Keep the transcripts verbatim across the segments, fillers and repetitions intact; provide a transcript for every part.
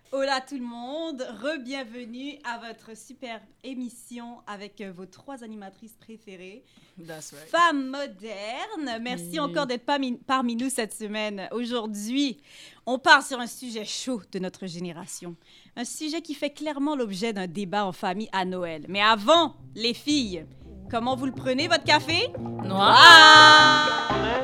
Hola tout le monde, re-bienvenue à votre superbe émission avec vos trois animatrices préférées. That's right. Femmes modernes. Merci mmh. encore d'être parmi, parmi nous cette semaine. Aujourd'hui, on part sur un sujet chaud de notre génération. Un sujet qui fait clairement l'objet d'un débat en famille à Noël. Mais avant, les filles, comment vous le prenez, votre café? Noir! Ah!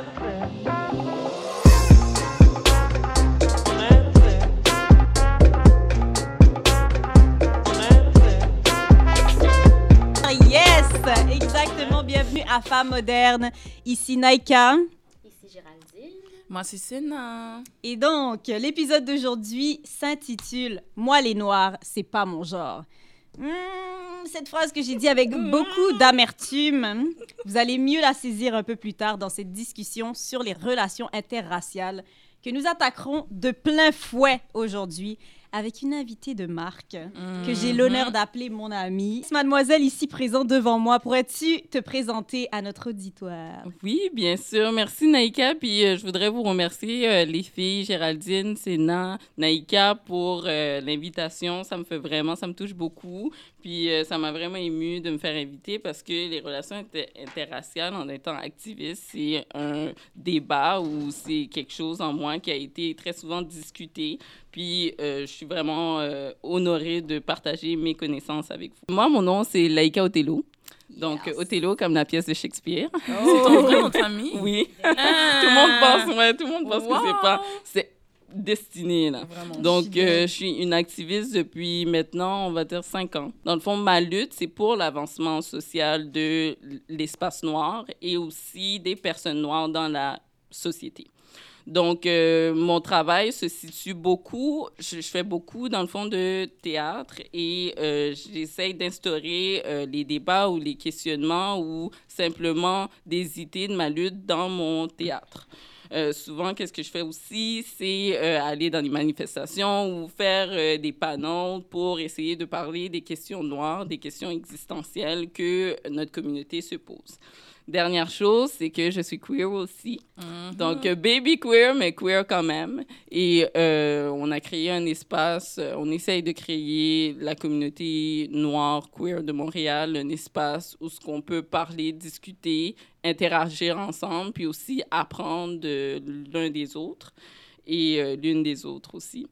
Yes! Exactement. Bienvenue à Femmes modernes. Ici Naïka. Ici Géraldine. Moi, c'est Sénat. Et donc, l'épisode d'aujourd'hui s'intitule « Moi, les Noirs, c'est pas mon genre ». Mmh, cette phrase que j'ai dit avec beaucoup d'amertume, vous allez mieux la saisir un peu plus tard dans cette discussion sur les relations interraciales que nous attaquerons de plein fouet aujourd'hui avec une invitée de marque mmh. que j'ai l'honneur d'appeler mon amie. Mademoiselle ici présente devant moi, pourrais-tu te présenter à notre auditoire? Oui, bien sûr. Merci Naïka. Puis euh, je voudrais vous remercier euh, les filles, Géraldine, Sénat, Naïka pour euh, l'invitation. Ça me fait vraiment, ça me touche beaucoup. Puis euh, ça m'a vraiment émue de me faire inviter parce que les relations inter- interraciales en étant activiste, c'est un débat ou c'est quelque chose en moi qui a été très souvent discuté. Puis, euh, je suis vraiment euh, honorée de partager mes connaissances avec vous. Moi, mon nom, c'est Laïka Othello. Yes. Donc, Othello, comme la pièce de Shakespeare. Oh. C'est ton vrai nom de famille? Oui. Ah. Tout le monde pense, ouais, tout le monde pense wow. que c'est pas... C'est destiné, là. Vraiment. Donc, euh, je suis une activiste depuis maintenant, on va dire, cinq ans. Dans le fond, ma lutte, c'est pour l'avancement social de l'espace noir et aussi des personnes noires dans la société. Donc, euh, mon travail se situe beaucoup, je, je fais beaucoup, dans le fond, de théâtre et euh, j'essaie d'instaurer euh, les débats ou les questionnements ou simplement des idées de ma lutte dans mon théâtre. Euh, souvent, qu'est-ce que je fais aussi, c'est euh, aller dans des manifestations ou faire euh, des panels pour essayer de parler des questions noires, des questions existentielles que notre communauté se pose. Dernière chose, c'est que je suis queer aussi. Mm-hmm. Donc, euh, baby queer, mais queer quand même. Et euh, on a créé un espace, euh, on essaye de créer la communauté noire queer de Montréal, un espace où ce qu'on peut parler, discuter, interagir ensemble, puis aussi apprendre de l'un des autres et euh, l'une des autres aussi.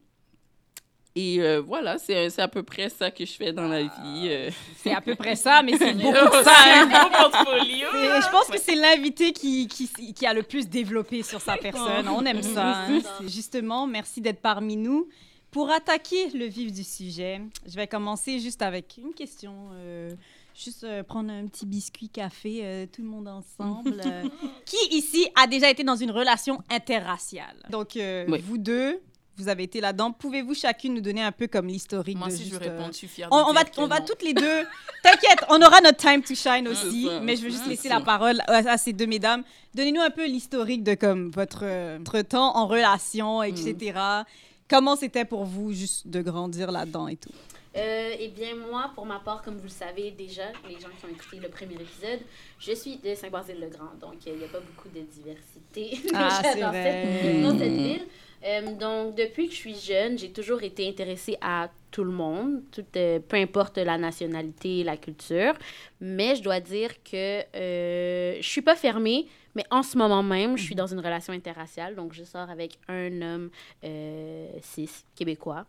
Et euh, voilà, c'est, c'est à peu près ça que je fais dans la vie. Euh. C'est à peu près ça, mais c'est beaucoup de ça. Hein. C'est, je pense que c'est l'invité qui, qui, qui a le plus développé sur sa personne. On aime ça. Hein. C'est justement, merci d'être parmi nous. Pour attaquer le vif du sujet, je vais commencer juste avec une question. Euh, juste euh, prendre un petit biscuit café, euh, tout le monde ensemble. Euh, qui ici a déjà été dans une relation interraciale? Donc, euh, oui. vous deux... Vous avez été là-dedans. Pouvez-vous chacune nous donner un peu comme l'historique Moi de aussi, juste... je veux répondre. Je suis fière on, de on va, on va toutes les deux... T'inquiète, on aura notre time to shine aussi. Ça, mais je veux juste laisser ça. la parole à, à ces deux mesdames. Donnez-nous un peu l'historique de comme, votre, votre temps en relation, et cetera. Mm. Comment c'était pour vous juste de grandir là-dedans et tout? Euh, eh bien, moi, pour ma part, comme vous le savez déjà, les gens qui ont écouté le premier épisode, je suis de Saint-Basile-le-Grand. Donc, il n'y a pas beaucoup de diversité ah, c'est dans, vrai. Cette, dans cette ville. Euh, donc, depuis que je suis jeune, j'ai toujours été intéressée à tout le monde, tout, euh, peu importe la nationalité, la culture. Mais je dois dire que euh, je suis pas fermée, mais en ce moment même, je suis dans une relation interraciale. Donc, je sors avec un homme euh, cis, québécois.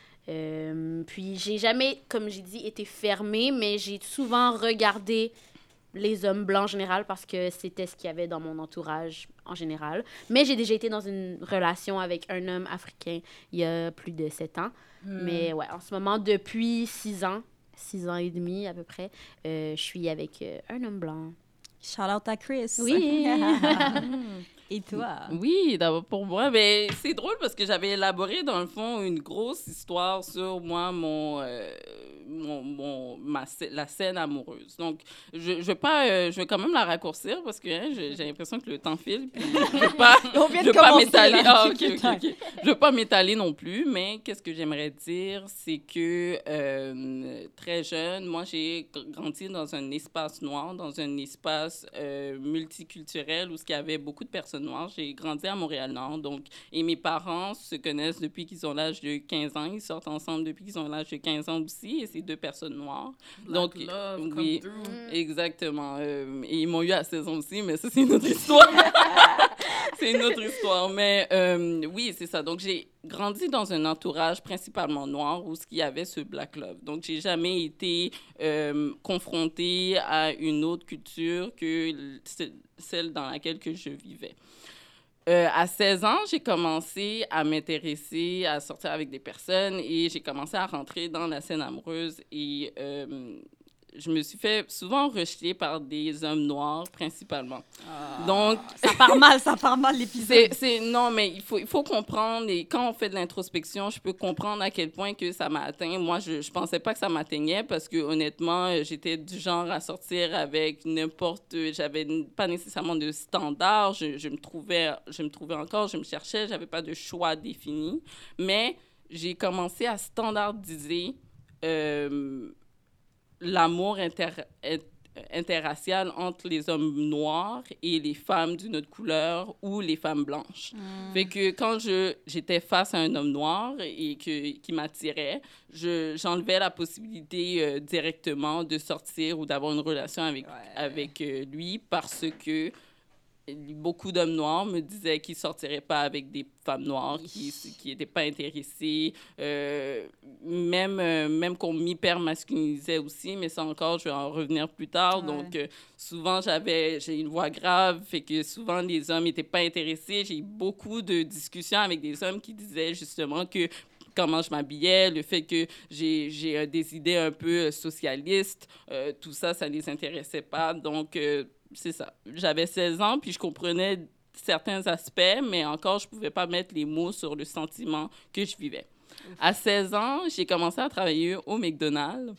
Euh, puis, j'ai jamais, comme j'ai dit, été fermée, mais j'ai souvent regardé les hommes blancs en général parce que c'était ce qu'il y avait dans mon entourage en général. Mais j'ai déjà été dans une relation avec un homme africain il y a plus de sept ans. Mm. Mais ouais, en ce moment, depuis six ans, six ans et demi à peu près, euh, je suis avec euh, un homme blanc. Shout out à Chris. Oui. Et toi? Oui, d'abord pour moi. Mais c'est drôle parce que j'avais élaboré, dans le fond, une grosse histoire sur moi, mon, euh, mon, mon, ma, la scène amoureuse. Donc, je, je, vais pas, euh, je vais quand même la raccourcir parce que hein, j'ai, j'ai l'impression que le temps file. Puis je ne vais pas, je vais pas m'étaler. Ah, OK, OK, OK. Je vais pas m'étaler non plus, mais qu'est-ce que j'aimerais dire, c'est que euh, très jeune, moi, j'ai grandi dans un espace noir, dans un espace euh, multiculturel où il y avait beaucoup de personnes personne noire. J'ai grandi à Montréal-Nord, donc, et mes parents se connaissent depuis qu'ils ont l'âge de quinze ans. Ils sortent ensemble depuis qu'ils ont l'âge de quinze ans aussi, et c'est deux personnes noires. Black donc, love, oui, come through. Exactement. Euh, et ils m'ont eu à seize ans aussi, mais ça, c'est une autre histoire. C'est une autre histoire. Mais euh, oui, c'est ça. Donc, j'ai grandi dans un entourage principalement noir où il y avait ce Black Love. Donc, j'ai jamais été euh, confrontée à une autre culture que celle dans laquelle que je vivais. Euh, à seize ans, j'ai commencé à m'intéresser, à sortir avec des personnes et j'ai commencé à rentrer dans la scène amoureuse et euh, je me suis fait souvent rejeter par des hommes noirs, principalement. Ah, Donc, ça part mal, ça part mal, l'épisode. C'est, c'est, non, mais il faut, il faut comprendre, et quand on fait de l'introspection, je peux comprendre à quel point que ça m'a atteint. Moi, je ne pensais pas que ça m'atteignait parce que, honnêtement, j'étais du genre à sortir avec n'importe... J'avais pas nécessairement de standard. Je, je, me trouvais, je me trouvais encore, je me cherchais, je n'avais pas de choix défini. Mais j'ai commencé à standardiser... Euh, l'amour inter, interracial entre les hommes noirs et les femmes d'une autre couleur ou les femmes blanches. Mm. Fait que quand je, j'étais face à un homme noir et que, qui m'attirait, je, j'enlevais la possibilité euh, directement de sortir ou d'avoir une relation avec, ouais. avec euh, lui parce que beaucoup d'hommes noirs me disaient qu'ils ne sortiraient pas avec des femmes noires, qui n'étaient pas intéressées. Euh, même, euh, même qu'on m'hyper-masculinisait aussi, mais ça encore, je vais en revenir plus tard. Ouais. Donc, euh, souvent, j'avais, j'ai une voix grave, fait que souvent, les hommes n'étaient pas intéressés. J'ai eu beaucoup de discussions avec des hommes qui disaient justement que comment je m'habillais, le fait que j'ai, j'ai euh, des idées un peu socialistes, euh, tout ça, ça ne les intéressait pas. Donc, euh, c'est ça. J'avais seize ans, puis je comprenais certains aspects, mais encore, je ne pouvais pas mettre les mots sur le sentiment que je vivais. À seize ans, j'ai commencé à travailler au McDonald's.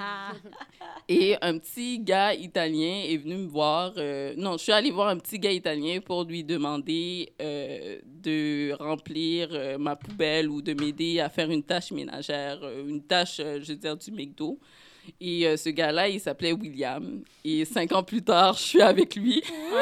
Et un petit gars italien est venu me voir. Euh, non, je suis allée voir un petit gars italien pour lui demander euh, de remplir euh, ma poubelle ou de m'aider à faire une tâche ménagère, euh, une tâche, euh, je veux dire, du McDo. Et euh, ce gars-là, il s'appelait William. Et cinq ans plus tard, je suis avec lui. Oh!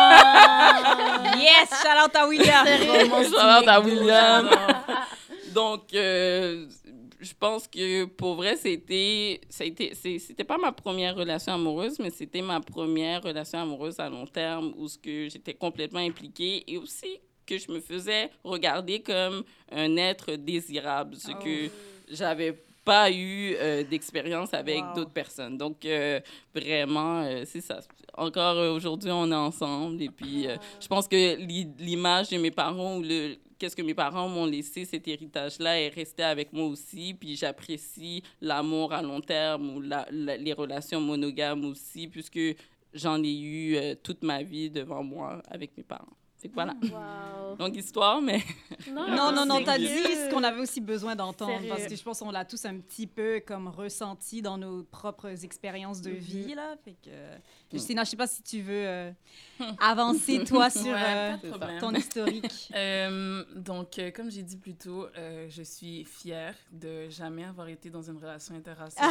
Yes! Shout out à William! Shout out à William! Donc, euh, je pense que pour vrai, c'était, ça a été, c'est, c'était pas ma première relation amoureuse, mais c'était ma première relation amoureuse à long terme où ce que j'étais complètement impliquée et aussi que je me faisais regarder comme un être désirable, ce oh. que j'avais pas eu euh, d'expérience avec wow. d'autres personnes. Donc, euh, vraiment, euh, c'est ça. Encore euh, aujourd'hui, on est ensemble. Et puis, euh, je pense que l'image de mes parents ou le, qu'est-ce que mes parents m'ont laissé, cet héritage-là, est resté avec moi aussi. Puis, j'apprécie l'amour à long terme ou la, la, les relations monogames aussi, puisque j'en ai eu euh, toute ma vie devant moi avec mes parents. Fait que voilà. Wow. Longue histoire, mais... Non, non, non, non t'as dit ce qu'on avait aussi besoin d'entendre. Sérieux? Parce que je pense qu'on l'a tous un petit peu comme ressenti dans nos propres expériences de mm-hmm. vie, là. Fait que... Mm. Justina, je sais pas si tu veux euh, avancer, toi, sur ouais, euh, ton historique. euh, donc, euh, comme j'ai dit plus tôt, euh, je suis fière de jamais avoir été dans une relation interraciale.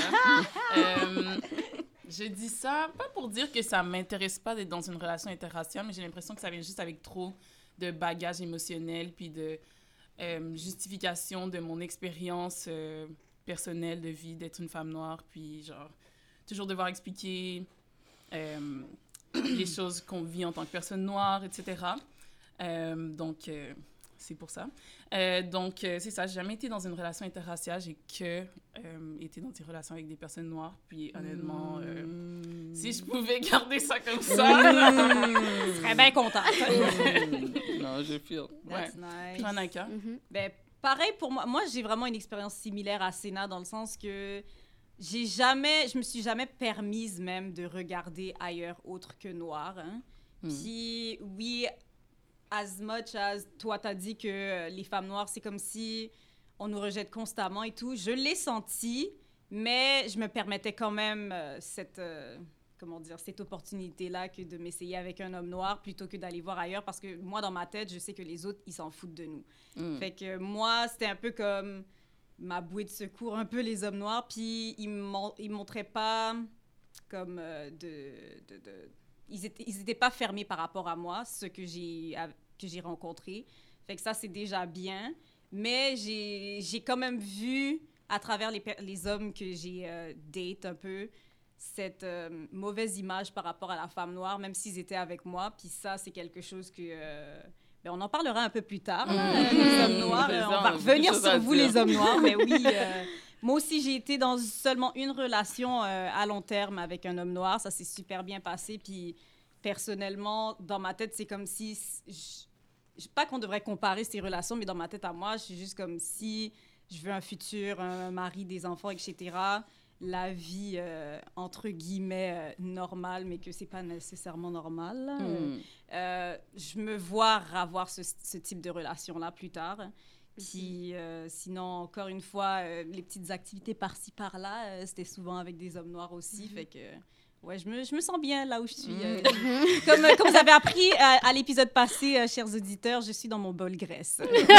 euh, Je dis ça, pas pour dire que ça m'intéresse pas d'être dans une relation interraciale, mais j'ai l'impression que ça vient juste avec trop de bagages émotionnels puis de euh, justification de mon expérience euh, personnelle de vie d'être une femme noire, puis genre, toujours devoir expliquer euh, les choses qu'on vit en tant que personne noire, et cetera. Euh, donc, euh, c'est pour ça. Euh, donc, euh, c'est ça. J'ai jamais été dans une relation interraciale. J'ai que euh, été dans des relations avec des personnes noires. Puis, honnêtement, euh, mmh. si je pouvais garder ça comme ça... Mmh. Je serais bien contente. Mmh. Non, je feel. That's ouais. nice. Puis, Anaka? Mm-hmm. Ben, pareil pour moi. Moi, j'ai vraiment une expérience similaire à Séna dans le sens que j'ai jamais... Je me suis jamais permise même de regarder ailleurs autre que noir. Hein. Mm. Puis, oui... As much as toi, t'as dit que euh, les femmes noires, c'est comme si on nous rejette constamment et tout. Je l'ai senti, mais je me permettais quand même euh, cette, euh, comment dire, cette opportunité-là que de m'essayer avec un homme noir plutôt que d'aller voir ailleurs parce que moi, dans ma tête, je sais que les autres, ils s'en foutent de nous. Mm. Fait que moi, c'était un peu comme ma bouée de secours, un peu les hommes noirs, puis ils ne montraient pas comme euh, de... de, de Ils étaient, ils étaient pas fermés par rapport à moi, ce que j'ai que j'ai rencontrés. Fait que ça, c'est déjà bien. Mais j'ai, j'ai quand même vu, à travers les, les hommes que j'ai euh, date un peu, cette euh, mauvaise image par rapport à la femme noire, même s'ils étaient avec moi. Puis ça, c'est quelque chose que... Euh, ben on en parlera un peu plus tard, mmh. là, les hommes noirs. Euh, on va revenir sur vous, les hommes noirs. Mais oui, euh, moi aussi, j'ai été dans seulement une relation euh, à long terme avec un homme noir. Ça s'est super bien passé. Puis personnellement, dans ma tête, c'est comme si... Je, pas qu'on devrait comparer ces relations, mais dans ma tête à moi, je suis juste comme si je veux un futur, un mari, des enfants, et cetera. La vie, euh, entre guillemets, euh, normale, mais que c'est pas nécessairement normal. Mm. Euh, je me vois avoir ce, ce type de relation-là plus tard. Puis, mm-hmm. euh, sinon, encore une fois, euh, les petites activités par-ci, par-là, euh, c'était souvent avec des hommes noirs aussi. Mm-hmm. Fait que... Ouais, je me, je me sens bien là où je suis. Euh, comme, comme vous avez appris à, à l'épisode passé, euh, chers auditeurs, je suis dans mon bol graisse.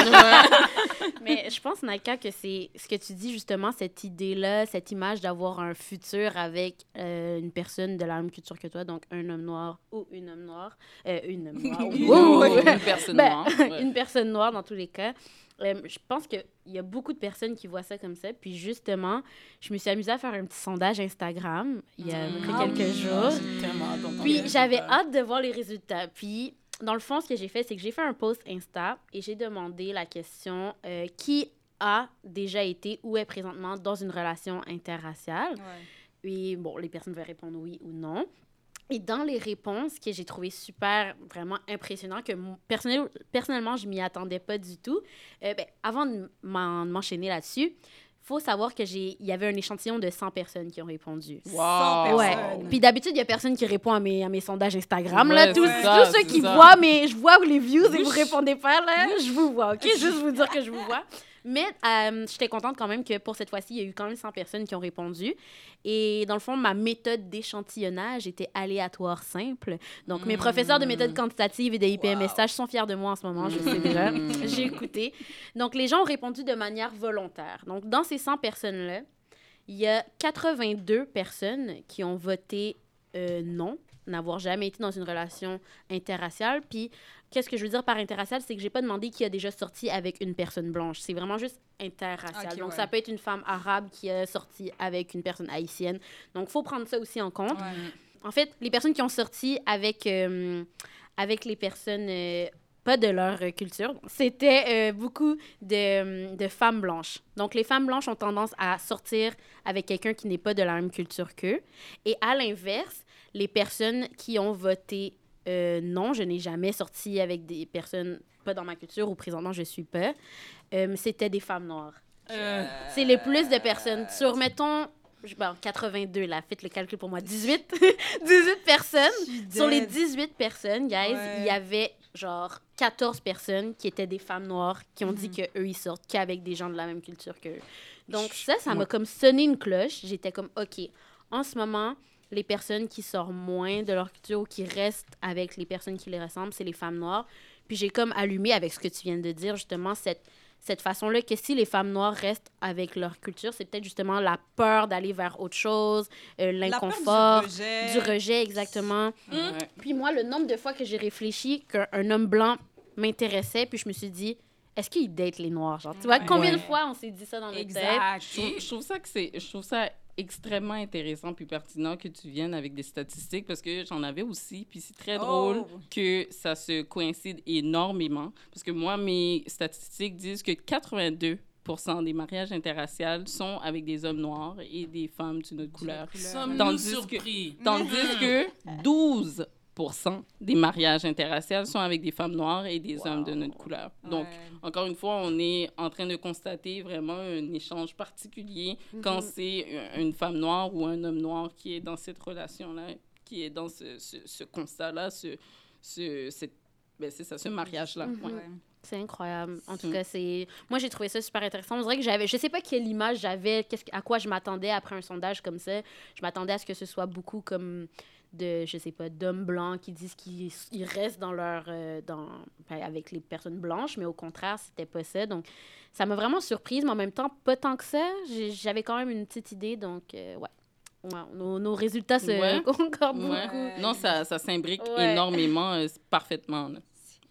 Mais je pense, Naika, que c'est ce que tu dis justement, cette idée-là, cette image d'avoir un futur avec euh, une personne de la même culture que toi, donc un homme noir ou une homme noire. Euh, une homme noire. ou une personne ben, noire. Ouais. Une personne noire dans tous les cas. Euh, je pense qu'il y a beaucoup de personnes qui voient ça comme ça. Puis justement, je me suis amusée à faire un petit sondage Instagram il y a mmh. après quelques ah, jours. J'ai Puis j'avais hâte de voir les résultats. Puis dans le fond, ce que j'ai fait, c'est que j'ai fait un post Insta et j'ai demandé la question euh, qui a déjà été ou est présentement dans une relation interraciale. Ouais. Et bon, les personnes veulent répondre oui ou non. Et dans les réponses que j'ai trouvé super, vraiment impressionnant, que personnel, personnellement, je m'y attendais pas du tout, euh, ben, avant de m'en, m'enchaîner là-dessus, il faut savoir qu'il y avait un échantillon de cent personnes qui ont répondu. Wow! Ouais. Puis d'habitude, il y a personne qui répond à mes, à mes sondages Instagram. Ouais, là. Tous, ça, tous ceux qui ça. voient, mais je vois les views et vous répondez pas, là, je vous vois, OK? Juste vous dire que je vous vois. Mais euh, j'étais contente quand même que pour cette fois-ci, il y a eu quand même cent personnes qui ont répondu. Et dans le fond, ma méthode d'échantillonnage était aléatoire simple. Donc, mmh. mes professeurs de méthode quantitative et de I P M S H wow. sont fiers de moi en ce moment, je sais déjà. J'ai écouté. Donc, les gens ont répondu de manière volontaire. Donc, dans ces cent personnes-là, il y a quatre-vingt-deux personnes qui ont voté euh, non, n'avoir jamais été dans une relation interraciale. Puis, qu'est-ce que je veux dire par interracial? C'est que j'ai pas demandé qui a déjà sorti avec une personne blanche. C'est vraiment juste interracial. Okay, Donc, ouais. ça peut être une femme arabe qui a sorti avec une personne haïtienne. Donc, il faut prendre ça aussi en compte. Ouais. En fait, les personnes qui ont sorti avec, euh, avec les personnes euh, pas de leur culture, c'était euh, beaucoup de, de femmes blanches. Donc, les femmes blanches ont tendance à sortir avec quelqu'un qui n'est pas de la même culture qu'eux. Et à l'inverse, les personnes qui ont voté euh, non, je n'ai jamais sorti avec des personnes pas dans ma culture ou présentement je suis pas, euh, c'était des femmes noires. Euh... C'est les plus de personnes. Sur, mettons, bon, quatre-vingt-deux, là, faites le calcul pour moi, dix-huit, dix-huit personnes. Sur les dix-huit personnes, guys, ouais. il y avait genre quatorze personnes qui étaient des femmes noires qui ont mm-hmm. dit qu'eux, ils sortent qu'avec des gens de la même culture qu'eux. Donc ça, ça m'a comme sonné une cloche. J'étais comme, OK, en ce moment, les personnes qui sortent moins de leur culture ou qui restent avec les personnes qui les ressemblent, c'est les femmes noires. Puis j'ai comme allumé avec ce que tu viens de dire, justement, cette, cette façon-là que si les femmes noires restent avec leur culture, c'est peut-être justement la peur d'aller vers autre chose, euh, l'inconfort, du rejet. du rejet, exactement. Ouais. Puis moi, le nombre de fois que j'ai réfléchi qu'un homme blanc m'intéressait, puis je me suis dit, est-ce qu'il date les noirs? Genre, tu vois, combien ouais. de fois on s'est dit ça dans notre tête? Je trouve, je trouve ça que c'est... Je trouve ça extrêmement intéressant puis pertinent que tu viennes avec des statistiques parce que j'en avais aussi, puis c'est très drôle oh. que ça se coïncide énormément parce que moi, mes statistiques disent que quatre-vingt-deux pour cent des mariages interraciales sont avec des hommes noirs et des femmes d'une autre couleur. Sommes-nous surpris? Que, tandis que douze pour cent des mariages interraciales sont avec des femmes noires et des wow. hommes de notre couleur. Donc, ouais. encore une fois, on est en train de constater vraiment un échange particulier mm-hmm. quand c'est une femme noire ou un homme noir qui est dans cette relation-là, qui est dans ce, ce, ce constat-là, ce, ce, cette, ben c'est ça, ce mariage-là. Mm-hmm. Ouais. Ouais. C'est incroyable. En tout mm. cas, c'est... Moi, j'ai trouvé ça super intéressant. On dirait que j'avais... Je sais pas quelle image j'avais, qu'est-ce... à quoi je m'attendais après un sondage comme ça. Je m'attendais à ce que ce soit beaucoup comme... de, je sais pas, d'hommes blancs qui disent qu'ils ils restent dans leur, euh, dans, ben, avec les personnes blanches, mais au contraire, c'était pas ça. Donc, ça m'a vraiment surprise, mais en même temps, pas tant que ça. J'ai, j'avais quand même une petite idée, donc, euh, ouais. ouais. Nos, nos résultats se ouais. concordent ouais. beaucoup. Non, ça, ça s'imbrique ouais. énormément, euh, parfaitement, là. Mais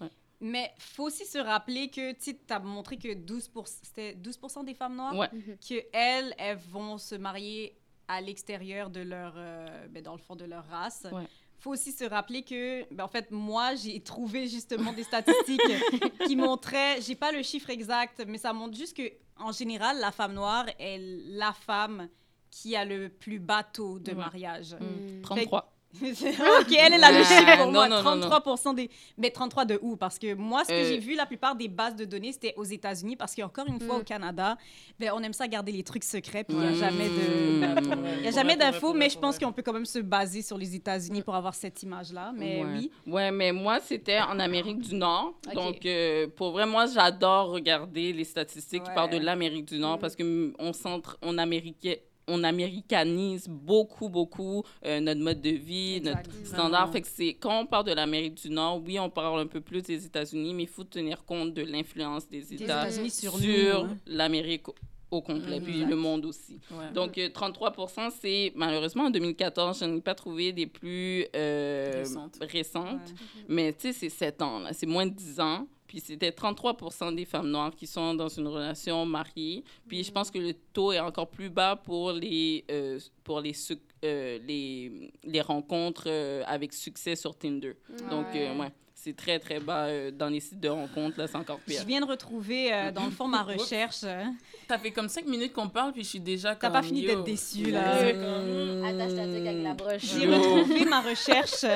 mais il faut aussi se rappeler que tu as montré que douze pour cent, c'était douze pour cent des femmes noires, ouais. qu'elles, elles vont se marier à l'extérieur de leur, euh, ben, dans le fond de leur race. Ouais. Faut aussi se rappeler que, ben, en fait, moi, j'ai trouvé justement des statistiques qui montraient, j'ai pas le chiffre exact, mais ça montre juste que, en général, la femme noire est la femme qui a le plus bas taux de ouais. mariage. Mmh. trente-trois. OK, elle est là, le chiffre pour non, moi. Non, trente-trois pour cent non, non. des... Mais trente-trois de où? Parce que moi, ce que euh... j'ai vu, la plupart des bases de données, c'était aux États-Unis. Parce qu'encore une fois, mm. au Canada, ben, on aime ça garder les trucs secrets. Puis il n'y a jamais de... Il y a jamais d'infos, mais je pense qu'on peut quand même se baser sur les États-Unis pour avoir cette image-là. Mais ouais. oui. Ouais, mais moi, c'était en Amérique du Nord. Okay. Donc, euh, pour vrai, moi, j'adore regarder les statistiques ouais. qui parlent de l'Amérique du Nord mm. parce qu'on centre, on américain... on américanise beaucoup, beaucoup euh, notre mode de vie, exact. Notre standard. Fait que c'est, quand on parle de l'Amérique du Nord, oui, on parle un peu plus des États-Unis, mais il faut tenir compte de l'influence des États des sur, sur nous, l'Amérique au complet, mm-hmm. puis le monde aussi. Ouais. Donc, euh, trente-trois pour cent, c'est malheureusement en deux mille quatorze, je n'ai pas trouvé des plus euh, récentes, récentes ouais. mais tu sais, c'est sept ans, là, c'est moins de dix ans. Puis c'était trente-trois pour cent des femmes noires qui sont dans une relation mariée. Puis je pense que le taux est encore plus bas pour les, euh, pour les, euh, les, les rencontres euh, avec succès sur Tinder. Ouais. Donc, euh, ouais, c'est très, très bas euh, dans les sites de rencontres. Là, c'est encore pire. Je viens de retrouver, euh, dans le fond, ma recherche. Ça fait comme cinq minutes qu'on parle, puis je suis déjà comme... T'as pas fini yo. d'être déçue, là. Ouais, comme... Attache ta tuque avec la broche. J'ai retrouvé ma recherche...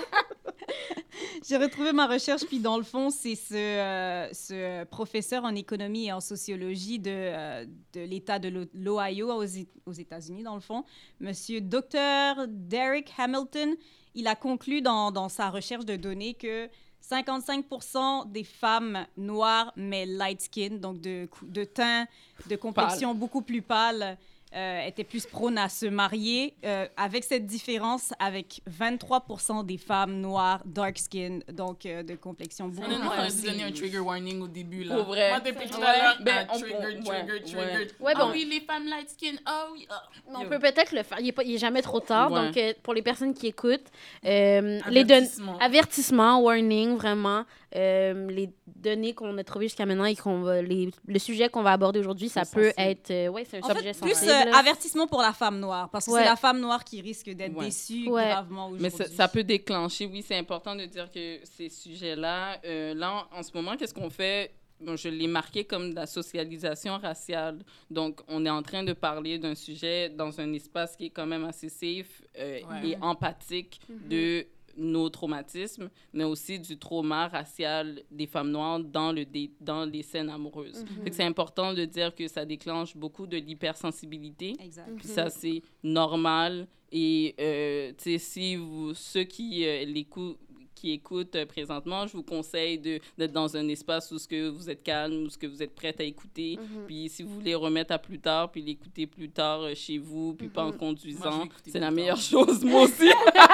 J'ai retrouvé ma recherche, puis dans le fond, c'est ce, euh, ce professeur en économie et en sociologie de, euh, de l'État de l'Ohio aux, aux États-Unis, dans le fond, Monsieur docteur Derek Hamilton. Il a conclu dans, dans sa recherche de données que cinquante-cinq pour cent des femmes noires, mais light skin, donc de, de teint, de complexion pâle. Beaucoup plus pâle, Euh, étaient plus prônes à se marier, euh, avec cette différence avec vingt-trois pour cent des femmes noires, dark skin, donc euh, de complexion beaucoup plus foncée. On a dû donner un trigger warning au début, là. Pour vrai. Moi, depuis tout à l'heure, ben, ah, trigger, trigger, ouais, trigger. Ouais. Ouais, ah bon. oui, les femmes light skin, ah oh, oui. Oh. On peut peut-être le faire. Il n'est jamais trop tard. Ouais. Donc, euh, pour les personnes qui écoutent, euh, les don- avertissement, warning, vraiment. Euh, les données qu'on a trouvées jusqu'à maintenant et qu'on va, les, le sujet qu'on va aborder aujourd'hui, ça c'est peut sensible. Être... Euh, oui, c'est un en sujet fait, sensible. Plus euh, avertissement pour la femme noire, parce que ouais. c'est la femme noire qui risque d'être ouais. déçue ouais. gravement aujourd'hui. Mais ça, ça peut déclencher, oui, c'est important de dire que ces sujets-là, euh, là, en, en ce moment, qu'est-ce qu'on fait? Bon, je l'ai marqué comme de la socialisation raciale. Donc, on est en train de parler d'un sujet dans un espace qui est quand même assez safe euh, ouais. et empathique mm-hmm. de nos traumatismes, mais aussi du trauma racial des femmes noires dans, le dé- dans les scènes amoureuses. Mm-hmm. Fait que c'est important de dire que ça déclenche beaucoup de l'hypersensibilité. Exact. Puis ça, c'est normal. Et, euh, tu sais, si vous, ceux qui euh, l'écoutent, qui écoutent euh, présentement, je vous conseille de, d'être dans un espace où ce que vous êtes calme, où ce que vous êtes prête à écouter. Mm-hmm. Puis si vous voulez remettre à plus tard, puis l'écouter plus tard euh, chez vous, puis mm-hmm. pas en conduisant, moi, c'est la meilleure tard. Chose, moi aussi.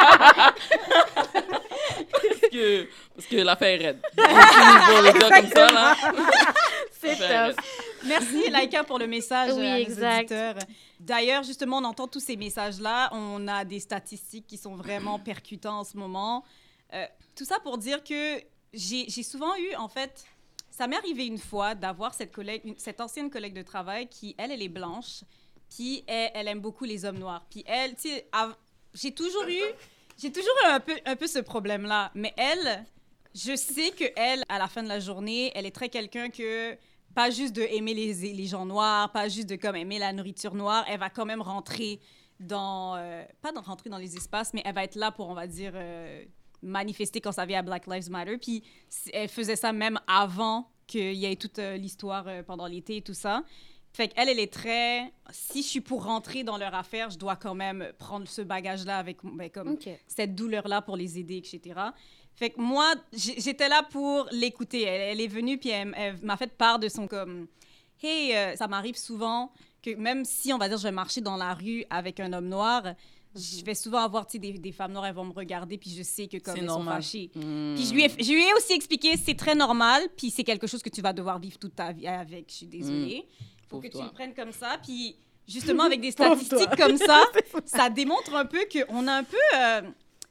parce, que, parce que l'affaire est raide. On le dire comme ça, là. C'est top. Merci, Laïka, pour le message oui, à nos exact. auditeurs. D'ailleurs, justement, on entend tous ces messages-là. On a des statistiques qui sont vraiment percutantes en ce moment. Euh, tout ça pour dire que j'ai, j'ai souvent eu, en fait, ça m'est arrivé une fois d'avoir cette collègue, une, cette ancienne collègue de travail qui, elle, elle est blanche, puis elle, elle aime beaucoup les hommes noirs. Puis elle, tu sais, j'ai toujours eu, j'ai toujours eu un peu, un peu ce problème-là. Mais elle, je sais qu'elle, à la fin de la journée, elle est très quelqu'un que, pas juste de aimer les, les gens noirs, pas juste de comme aimer la nourriture noire, elle va quand même rentrer dans, euh, pas dans, rentrer dans les espaces, mais elle va être là pour, on va dire... Euh, manifester quand ça vient à Black Lives Matter. Puis elle faisait ça même avant qu'il y ait toute euh, l'histoire euh, pendant l'été et tout ça. Fait qu'elle, elle est très... Si je suis pour rentrer dans leur affaire, je dois quand même prendre ce bagage-là avec ben, comme okay. cette douleur-là pour les aider, et cetera. Fait que moi, j'étais là pour l'écouter. Elle, elle est venue, puis elle, elle m'a fait part de son comme... Hey, euh, ça m'arrive souvent que même si, on va dire, je vais marcher dans la rue avec un homme noir... Je vais souvent avoir des, des femmes noires, elles vont me regarder, puis je sais que comme c'est elles normal. Sont fâchées. Mmh. Puis je lui, ai, je lui ai aussi expliqué, c'est très normal, puis c'est quelque chose que tu vas devoir vivre toute ta vie avec. Je suis désolée. Il mmh. faut que toi. Tu le prennes comme ça. Puis justement, avec des statistiques comme ça, ça démontre un peu qu'on a un peu... Euh,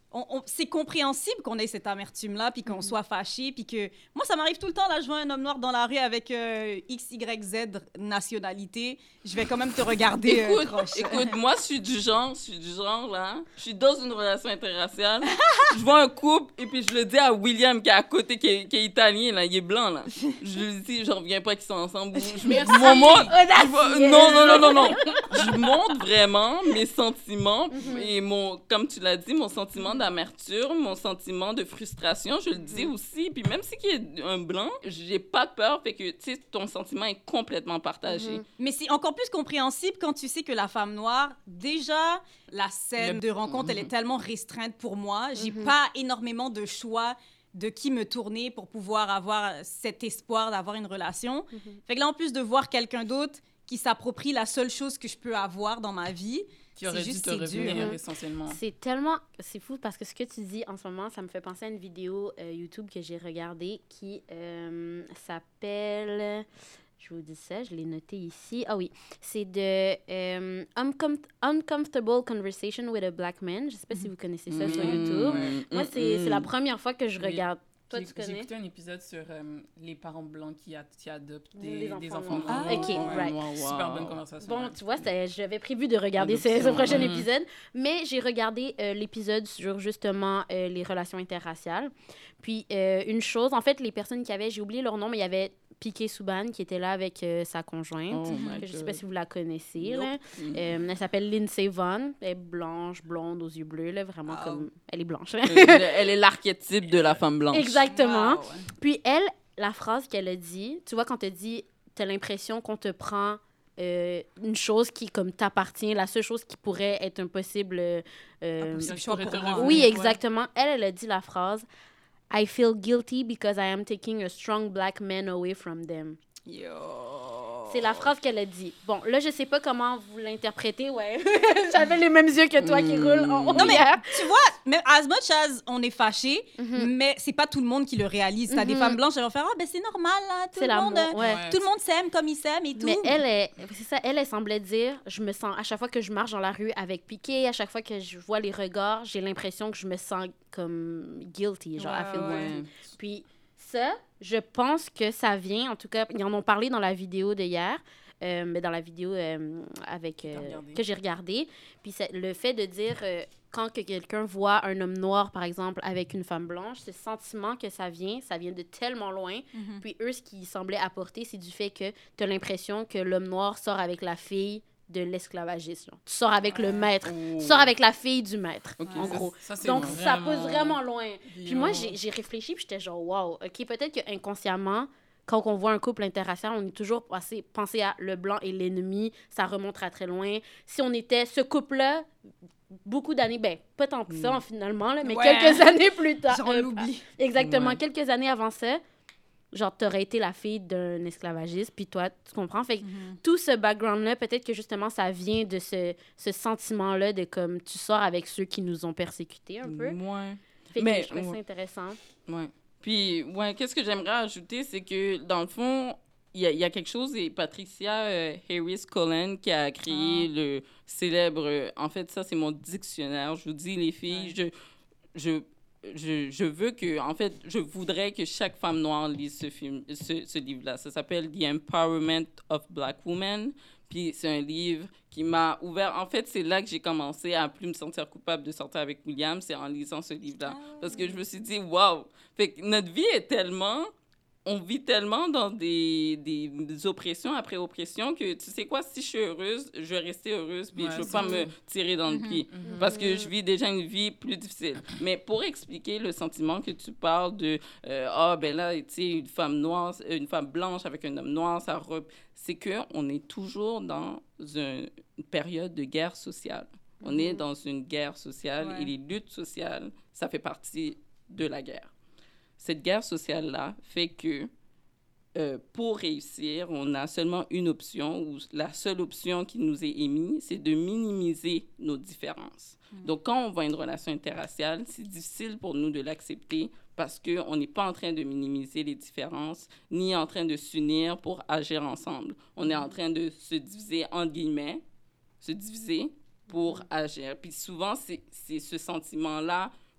On, on, c'est compréhensible qu'on ait cette amertume-là, puis qu'on mm-hmm. soit fâché, puis que... Moi, ça m'arrive tout le temps, là, je vois un homme noir dans la rue avec euh, X, Y, Z nationalité, je vais quand même te regarder écoute, euh, écoute, moi, je suis du genre, je suis du genre, là, je suis dans une relation interraciale, je vois un couple, et puis je le dis à William, qui est à côté, qui est, qui est italien, là, il est blanc, là. Je lui dis, je reviens pas qu'ils sont ensemble. Je Merci! Mon mot, je, non, non, non, non, non. Je montre vraiment mes sentiments, mm-hmm. et mon, comme tu l'as dit, mon sentiment d'amertume, mon sentiment de frustration, je le dis mm-hmm. aussi. Puis même si il est un blanc, j'ai pas de peur, fait que, tu sais, ton sentiment est complètement partagé. Mm-hmm. Mais c'est encore plus compréhensible quand tu sais que la femme noire, déjà, la scène Le... de rencontre, mm-hmm. elle est tellement restreinte pour moi. J'ai mm-hmm. pas énormément de choix de qui me tourner pour pouvoir avoir cet espoir d'avoir une relation. Mm-hmm. Fait que là, en plus de voir quelqu'un d'autre qui s'approprie la seule chose que je peux avoir dans ma vie, qui aurait dû te revenir essentiellement. C'est tellement... C'est fou parce que ce que tu dis en ce moment, ça me fait penser à une vidéo euh, YouTube que j'ai regardée qui euh, s'appelle... Je vous dis ça, je l'ai noté ici. Ah oui, c'est de euh, Uncom- Uncomfortable Conversation with a Black Man. Je ne sais pas si vous connaissez ça mmh, sur YouTube. Ouais. Moi, c'est, c'est la première fois que je regarde. Toi, j'ai, tu connais? J'ai écouté un épisode sur euh, les parents blancs qui, a, qui adoptent des, des enfants, des enfants ah, blancs. OK, right. Wow, wow. Super bonne conversation. Bon, tu vois, j'avais prévu de regarder ce, ce prochain mm-hmm. épisode, mais j'ai regardé euh, l'épisode sur justement euh, les relations interraciales. Puis, euh, une chose, en fait, les personnes qui avaient, j'ai oublié leur nom, mais il y avait Piqué Souban qui était là avec euh, sa conjointe. Oh que je ne sais pas si vous la connaissez. Nope. Là. Mm. Euh, elle s'appelle Lindsay Vonn. Elle est blanche, blonde, aux yeux bleus. Là, vraiment oh. comme... Elle est blanche. elle, elle est l'archétype de la femme blanche. Exactement. Wow. Puis elle, la phrase qu'elle a dit, tu vois, quand tu dis, tu as l'impression qu'on te prend euh, une chose qui comme t'appartient, la seule chose qui pourrait être un possible... Euh, ah, choix pour revenir, oui, exactement. Ouais. Elle, elle a dit la phrase... I feel guilty because I am taking a strong black man away from them. Yo. C'est la phrase qu'elle a dit. Bon, là, je sais pas comment vous l'interprétez, ouais. J'avais les mêmes yeux que toi qui roulent en haut. Non, mais tu vois, mais as much as on est fâché, mm-hmm. mais c'est pas tout le monde qui le réalise. T'as mm-hmm. des femmes blanches, elles vont faire « Ah, ben c'est normal, là, tout c'est le monde, ouais. tout le monde s'aime comme il s'aime et tout. » Mais elle, est, c'est ça, elle, elle semblait dire, je me sens, à chaque fois que je marche dans la rue avec Piqué, à chaque fois que je vois les regards, j'ai l'impression que je me sens comme guilty, genre, ouais, I feel ouais. guilty. Puis ça, je pense que ça vient, en tout cas, ils en ont parlé dans la vidéo de hier, euh, mais dans la vidéo euh, avec, euh, que j'ai regardée. Puis le fait de dire, euh, quand que quelqu'un voit un homme noir, par exemple, avec une femme blanche, ce sentiment que ça vient, ça vient de tellement loin. Mm-hmm. Puis eux, ce qu'ils semblaient apporter, c'est du fait que tu as l'impression que l'homme noir sort avec la fille de l'esclavagiste. Là. Tu sors avec le maître. Oh. Tu sors avec la fille du maître, okay, en ça, gros. Ça, Donc, vraiment... ça pousse vraiment loin. Bien. Puis moi, j'ai, j'ai réfléchi, puis j'étais genre, wow, OK, peut-être qu'inconsciemment, quand on voit un couple interracial, on est toujours passé, pensé à le blanc et l'ennemi, ça remonte à très loin. Si on était ce couple-là, beaucoup d'années, ben, pas tant que ça, mm. finalement, là, mais ouais. quelques années plus tard. J'en euh, l'oublie. Exactement, ouais. quelques années avant ça, genre, t'aurais été la fille d'un esclavagiste, puis toi, tu comprends? Fait que mm-hmm. tout ce background-là, peut-être que justement, ça vient de ce, ce sentiment-là de comme tu sors avec ceux qui nous ont persécutés un peu. Ouais. Fait mais, que je trouve ouais. ça intéressant. Ouais. Puis, ouais, qu'est-ce que j'aimerais ajouter, c'est que, dans le fond, il y, y a quelque chose, et Patricia euh, Harris Cullen qui a créé ah. le célèbre... En fait, ça, c'est mon dictionnaire. Je vous dis, les filles, ouais. je... je Je, je veux que, en fait, je voudrais que chaque femme noire lise ce, film, ce, ce livre-là. Ça s'appelle The Empowerment of Black Women. Puis c'est un livre qui m'a ouvert. En fait, c'est là que j'ai commencé à plus me sentir coupable de sortir avec William. C'est en lisant ce livre-là. Oh. Parce que je me suis dit, waouh! Fait que notre vie est tellement... On vit tellement dans des, des, des oppressions après oppressions que, tu sais quoi, si je suis heureuse, je vais rester heureuse, puis ouais, je ne veux pas vrai. me tirer dans le mm-hmm. pied, mm-hmm. parce que je vis déjà une vie plus difficile. Mais pour expliquer le sentiment que tu parles de, ah, euh, oh, ben là, tu sais, une femme noire, une femme blanche avec un homme noir, ça re... c'est qu'on est toujours dans une, une période de guerre sociale. Mm-hmm. On est dans une guerre sociale, ouais. et les luttes sociales, ça fait partie de la guerre. Cette guerre sociale-là fait que euh, pour réussir, on a seulement une option, ou la seule option qui nous est émise, c'est de minimiser nos différences. Mmh. Donc, quand on voit une relation interraciale, c'est difficile pour nous de l'accepter parce qu'on n'est pas en train de minimiser les différences, ni en train de s'unir pour agir ensemble. On est en train de se diviser, entre guillemets, se diviser pour mmh. agir. Puis souvent, c'est, c'est ce sentiment-là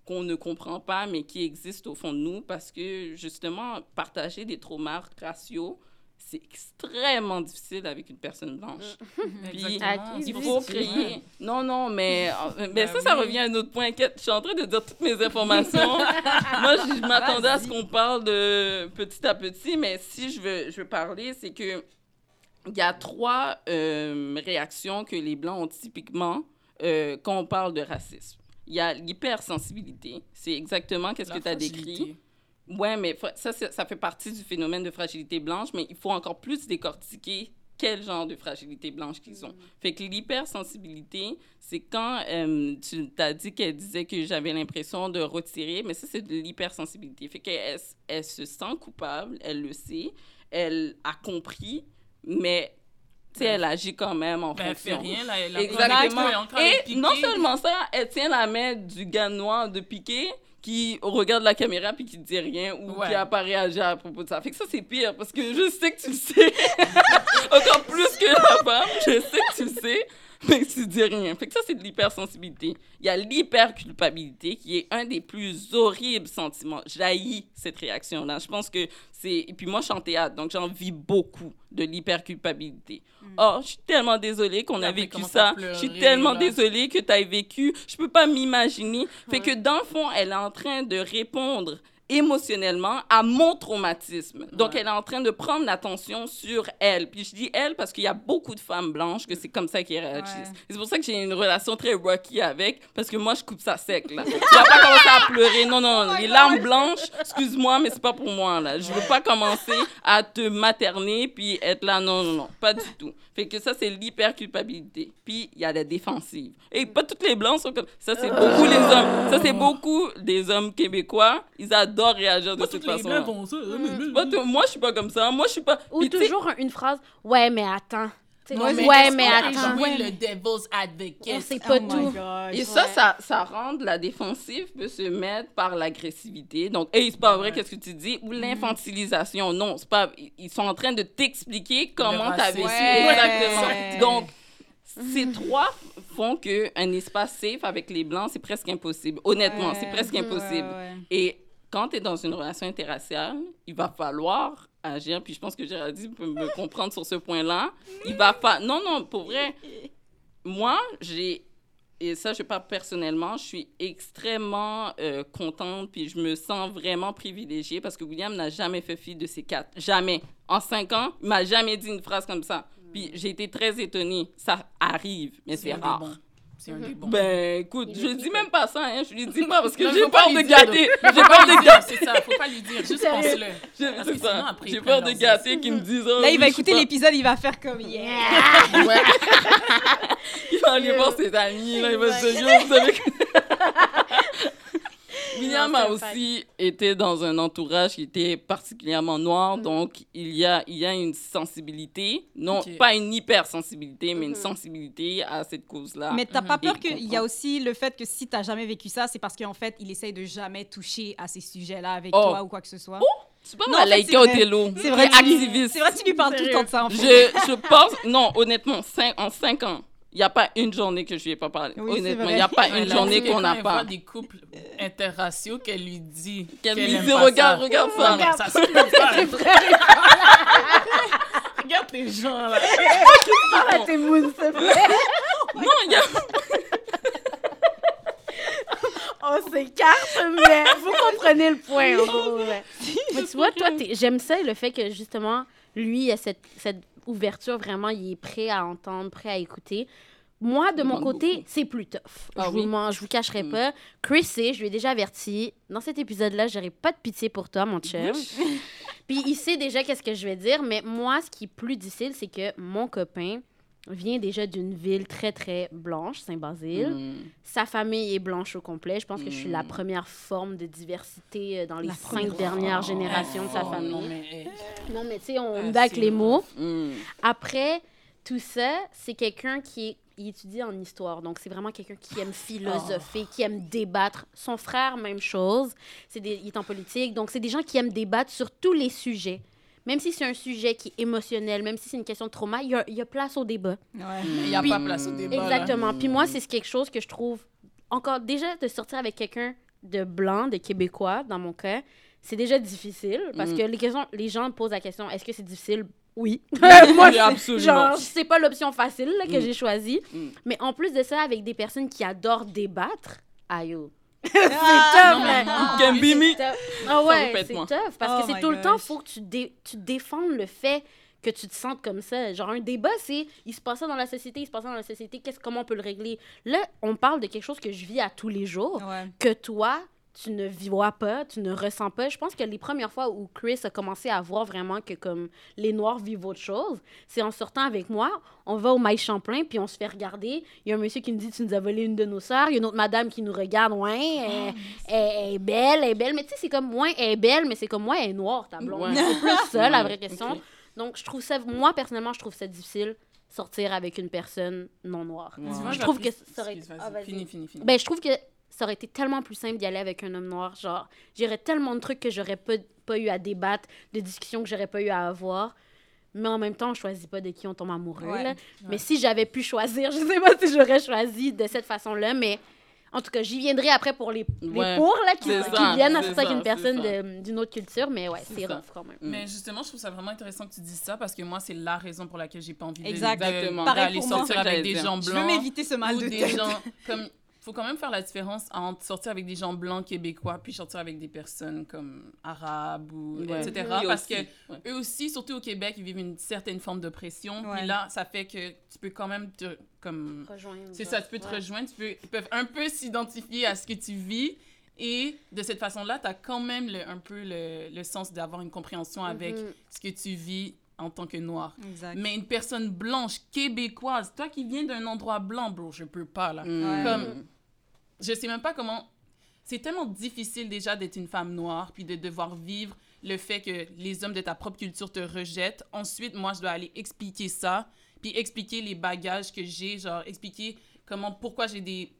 qu'on ne comprend pas, mais qui existent au fond de nous, parce que, justement, partager des traumas raciaux, c'est extrêmement difficile avec une personne blanche. Puis, il faut créer... Non, non, mais, mais ça, ça revient à un autre point. Je suis en train de dire toutes mes informations. Moi, je m'attendais à ce qu'on parle de petit à petit, mais si je veux, je veux parler, c'est que il y a trois euh, réactions que les Blancs ont typiquement euh, quand on parle de racisme. Il y a l'hypersensibilité. C'est exactement qu'est-ce que tu as décrit. Oui, mais ça, ça fait partie du phénomène de fragilité blanche, mais il faut encore plus décortiquer quel genre de fragilité blanche qu'ils ont. Mm. Fait que l'hypersensibilité, c'est quand euh, tu t'as dit qu'elle disait que j'avais l'impression de retirer, mais ça, c'est de l'hypersensibilité. Fait qu'elle elle se sent coupable, elle le sait, elle a compris, mais... Tu sais, elle agit quand même en ben, fonction. Elle fait rien, là. Elle a exactement. Et non seulement ça, elle tient la main du gars noir de Piqué qui regarde la caméra puis qui dit rien ou ouais. qui a pas réagi à propos de ça. Fait que ça, c'est pire parce que je sais que tu le sais. Encore plus que la femme, je sais que tu le sais, mais tu dis rien. Fait que ça, c'est de l'hypersensibilité. Il y a l'hyperculpabilité qui est un des plus horribles sentiments. J'haïs cette réaction-là. Je pense que c'est... Et puis moi, je suis en théâtre, donc j'en vis beaucoup de l'hyperculpabilité. Mm. Oh, je suis tellement désolée qu'on a vécu ça. Je suis tellement là. désolée que tu aies vécu. Je peux pas m'imaginer. Fait ouais. que dans le fond, elle est en train de répondre émotionnellement à mon traumatisme. Donc, ouais. elle est en train de prendre l'attention sur elle. Puis je dis elle parce qu'il y a beaucoup de femmes blanches que c'est comme ça qu'elles réagissent. Ouais. C'est pour ça que j'ai une relation très rocky avec, parce que moi, je coupe ça sec, là. Tu vas pas commencer à pleurer. Non, non, non. Oh les larmes blanches, excuse-moi, mais c'est pas pour moi, là. Je veux pas commencer à te materner puis être là. Non, non, non. Pas du tout. Fait que ça, c'est l'hyperculpabilité. Puis, il y a la défensive. Et pas toutes les blancs sont comme... Ça, c'est beaucoup les hommes. Ça, c'est beaucoup des hommes québécois. Ils adorent réagir de pas cette façon-là. Mmh. Moi, je suis pas comme ça. Moi, je suis pas... Ou puis, toujours t'sais... une phrase, « Ouais, mais attends. » Ouais, mais, ouais, mais attends. Jouer le devil's advocate. C'est pas oh tout. Et ça, ouais. ça, ça rend la défensive peut se mettre par l'agressivité. Donc, hey, c'est pas vrai, ouais. qu'est-ce que tu dis? Ou l'infantilisation. Non, c'est pas... Ils sont en train de t'expliquer comment t'as vécu. Ouais. Exactement. Ouais. Donc, ces trois font qu'un espace safe avec les Blancs, c'est presque impossible. Honnêtement, ouais. c'est presque impossible. Ouais, ouais. Et quand tu es dans une relation interraciale, il va falloir agir. Puis je pense que Géraldine peut me comprendre sur ce point-là. Il va pas... Non, non, pour vrai, moi, j'ai... Et ça, je parle personnellement, je suis extrêmement euh, contente, puis je me sens vraiment privilégiée parce que William n'a jamais fait fi de ses quatre. Jamais. En cinq ans, il m'a jamais dit une phrase comme ça. Puis j'ai été très étonnée. Ça arrive, mais c'est, c'est rare. Bon. C'est un des bons. Ben, écoute, je dis même pas ça, hein. Je lui dis pas parce que j'ai peur de gâter. J'ai peur de gâter. C'est ça, faut pas lui dire. Juste pense-le. C'est ça. J'ai peur de gâter qu'il me dise. Oh, là, il va écouter l'épisode, il va faire comme yeah. Ouais. Il va aller voir ses amis, là, il va se dire, yo, vous savez que... William a aussi été dans un entourage qui était particulièrement noir, mm. donc il y a, il y a une sensibilité, non okay. pas une hypersensibilité, mais mm-hmm. une sensibilité à cette cause-là. Mais t'as mm-hmm. pas peur qu'il y a aussi le fait que si t'as jamais vécu ça, c'est parce qu'en fait, il essaye de jamais toucher à ces sujets-là avec oh. toi ou quoi que ce soit? Oh. C'est pas mal Laïka Othello, c'est vrai, activiste. C'est vrai, tu lui parles tout le temps de ça, en fait. Je, je pense, non, honnêtement, cinq, en cinq ans, il n'y a pas une journée que je lui ai pas parlé. Oui, honnêtement, il n'y a pas une journée qu'on n'a pas. Elle voit des couples interraciaux qu'elle lui dit. Qu'elle lui dit, regarde, regarde ça. Regarde ça, c'est vrai. Regarde tes gens, là. Arrête tes mounes, s'il te plaît. Non, il y a... On s'écarte, mais vous comprenez le point, en gros. Ouais. Mais tu vois, toi, j'aime ça, le fait que, justement, lui, il a cette... cette ouverture, vraiment, il est prêt à entendre, prêt à écouter. Moi, de mon côté, beaucoup. C'est plus tough. Ah, je, oui? vous, je vous cacherai mm. pas. Chris sait, je lui ai déjà averti, dans cet épisode-là, j'aurai pas de pitié pour toi, mon chum. Puis il sait déjà qu'est-ce que je vais dire, mais moi, ce qui est plus difficile, c'est que mon copain vient déjà d'une ville très, très blanche, Saint-Basile. Mm. Sa famille est blanche au complet. Je pense mm. que je suis la première forme de diversité dans les la cinq dernières oh, générations oh, de sa famille. Non, mais, non, mais tu sais, on me bat avec les mots. Mm. Après, tout ça, c'est quelqu'un qui est, il étudie en histoire. Donc, c'est vraiment quelqu'un qui aime philosopher, oh. qui aime débattre. Son frère, même chose. C'est des, il est en politique. Donc, c'est des gens qui aiment débattre sur tous les sujets. Même si c'est un sujet qui est émotionnel, même si c'est une question de trauma, il y a, il y a place au débat. Ouais. Il n'y a Puis, pas place au débat. Exactement. Là. Puis moi, c'est quelque chose que je trouve encore... Déjà, de sortir avec quelqu'un de Blancs, de Québécois, dans mon cas, c'est déjà difficile parce mm. que les, questions, les gens posent la question, est-ce que c'est difficile? Oui. Moi, oui, absolument. Genre, c'est pas l'option facile là, que mm. j'ai choisie. Mm. Mais en plus de ça, avec des personnes qui adorent débattre, aïe, c'est ah, tough, là. Can be me. Ah ouais, c'est tough. Parce oh que c'est tout gosh. le temps, il faut que tu, dé- tu défendes le fait que tu te sentes comme ça. Genre, un débat, c'est, il se passe ça dans la société, il se passe ça dans la société, qu'est-ce, comment on peut le régler? Là, on parle de quelque chose que je vis à tous les jours, ouais. que toi, tu ne vois pas, tu ne ressens pas. Je pense que les premières fois où Chris a commencé à voir vraiment que comme les Noirs vivent autre chose, c'est en sortant avec moi, on va au Maï Champlain, puis on se fait regarder. Il y a un monsieur qui nous dit « Tu nous as volé une de nos sœurs ». Il y a une autre madame qui nous regarde « Ouais, elle, elle, elle est belle, elle est belle ». Mais tu sais, c'est comme « Ouais, elle est belle », mais c'est comme « Ouais, elle est noire, ta blonde ». Ouais. C'est plus ça, la vraie question. Okay. Donc, je trouve ça... Moi, personnellement, je trouve ça difficile sortir avec une personne non noire. Wow. Je trouve que ça aurait... Ah, fini, fini, fini. Ben, je trouve que ça aurait été tellement plus simple d'y aller avec un homme noir. Genre, j'aurais tellement de trucs que j'aurais pas, pas eu à débattre, de discussions que j'aurais pas eu à avoir. Mais en même temps, on choisit pas de qui on tombe amoureux. Ouais. Là. Ouais. Mais si j'avais pu choisir, je sais pas si j'aurais choisi de cette façon-là, mais en tout cas, j'y viendrai après pour les, ouais. les pour là, qui, qui ça, viennent à sortir avec une personne de, d'une autre culture. Mais ouais, c'est, c'est rough quand même. Mm. Mais justement, je trouve ça vraiment intéressant que tu dises ça parce que moi, c'est la raison pour laquelle j'ai pas envie Exactement. de, d'aller sortir moi. avec des gens blancs. Je veux m'éviter ce mal de des tête. gens comme... faut quand même faire la différence entre sortir avec des gens blancs québécois puis sortir avec des personnes comme arabes ou ouais. et cetera. Oui, parce aussi. que ouais. eux aussi, surtout au Québec, ils vivent une certaine forme d'oppression. Ouais. Puis là, ça fait que tu peux quand même te comme rejoindre. C'est ça, tu peux te ouais. rejoindre, tu peux ils peuvent un peu s'identifier à ce que tu vis et de cette façon-là, tu as quand même le, un peu le, le sens d'avoir une compréhension avec mm-hmm. ce que tu vis en tant que noir. Exact. Mais une personne blanche, québécoise, toi qui viens d'un endroit blanc, bro, je peux pas, là. Mm. Comme, je sais même pas comment... C'est tellement difficile déjà d'être une femme noire, puis de devoir vivre le fait que les hommes de ta propre culture te rejettent. Ensuite, moi, je dois aller expliquer ça, puis expliquer les bagages que j'ai, genre expliquer comment, pourquoi j'ai des...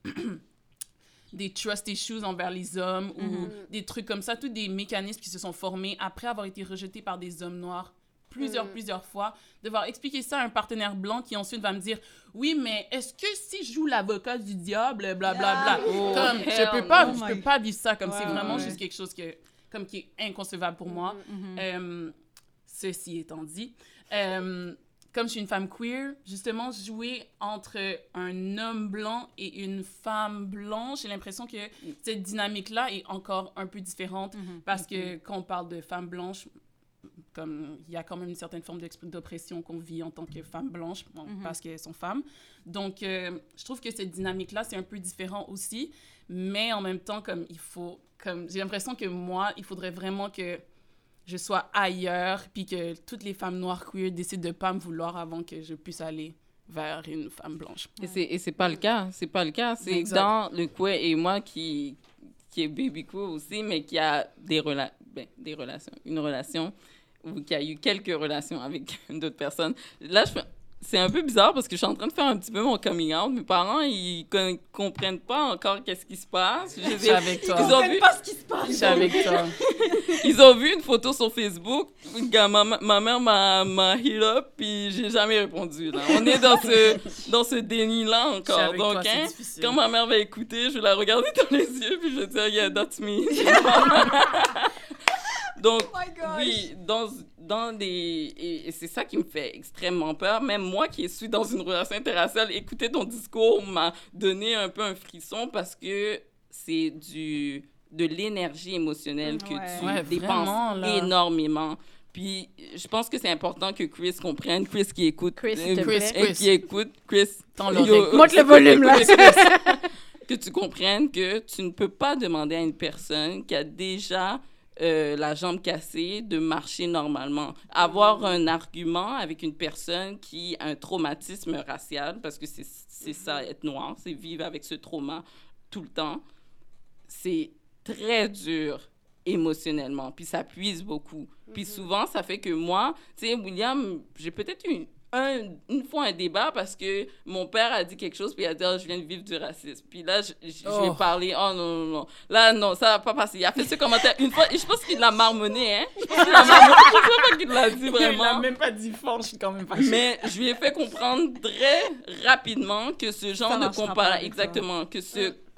des trust issues envers les hommes, mm-hmm. ou des trucs comme ça, tous des mécanismes qui se sont formés après avoir été rejetés par des hommes noirs plusieurs, mmh. plusieurs fois, devoir expliquer ça à un partenaire blanc qui ensuite va me dire « Oui, mais est-ce que si je joue l'avocat du diable, blablabla, bla, bla, oh, comme je peux pas, oh je peux pas vivre ça comme ouais, c'est vraiment ouais. juste quelque chose que, comme qui est inconcevable pour moi. Mmh. Euh, ceci étant dit, euh, comme je suis une femme queer, justement, jouer entre un homme blanc et une femme blanche, j'ai l'impression que cette dynamique-là est encore un peu différente mmh. parce que mmh. quand on parle de femmes blanches, comme il y a quand même une certaine forme d'oppression qu'on vit en tant que femme blanche, bon, mm-hmm. parce qu'elles sont femmes. Donc, euh, je trouve que cette dynamique-là, c'est un peu différent aussi, mais en même temps, comme il faut... comme j'ai l'impression que moi, il faudrait vraiment que je sois ailleurs, puis que toutes les femmes noires queer décident de ne pas me vouloir avant que je puisse aller vers une femme blanche. Et c'est, et c'est pas le cas, c'est pas le cas. C'est exact. Dans le queer et moi qui, qui est baby queer aussi, mais qui a des, rela- ben, des relations, une relation... ou qui a eu quelques relations avec d'autres personnes. Là, je fais... c'est un peu bizarre parce que je suis en train de faire un petit peu mon coming out. Mes parents, ils ne comprennent pas encore qu'est-ce qui se passe. Je suis avec toi. Ils ne comprennent pas ce qui se passe. Je suis avec toi. Ils ont vu une photo sur Facebook. Ma, ma mère m'a, m'a heal up, puis j'ai jamais répondu. Là. On est dans ce, dans ce déni-là encore. Donc, toi, hein, quand ma mère va écouter, je vais la regarder dans les yeux, puis je vais dire, yeah, that's me. Donc, oh oui, dans, dans des... Et, et c'est ça qui me fait extrêmement peur. Même moi qui suis dans une relation interraciale, écouter ton discours m'a donné un peu un frisson parce que c'est du, de l'énergie émotionnelle que ouais. tu ouais, dépenses vraiment, énormément. Puis, je pense que c'est important que Chris comprenne, Chris qui écoute... Chris, euh, Chris, Chris. Qui écoute, Chris... Monte le volume, là! Que tu comprennes que tu ne peux pas demander à une personne qui a déjà... Euh, la jambe cassée, de marcher normalement. Avoir un argument avec une personne qui a un traumatisme racial, parce que c'est, c'est ça, être noir, c'est vivre avec ce trauma tout le temps, c'est très dur émotionnellement, puis ça puise beaucoup. Puis souvent, ça fait que moi, tu sais, William, j'ai peut-être eu une, un, une fois un débat parce que mon père a dit quelque chose, puis il a dit oh, « je viens de vivre du racisme ». Puis là, je, je, oh. je lui ai parlé « oh non, non, non, là, non, ça va pas passer ». Il a fait ce commentaire une fois, et je pense qu'il l'a marmonné, hein. Je pense qu'il l'a marmonné, je sais pas qu'il l'a dit vraiment. Il l'a même pas dit fort, je suis quand même pas sûre. Mais je lui ai fait comprendre très rapidement que ce genre ça de comparaison, exactement, que ce...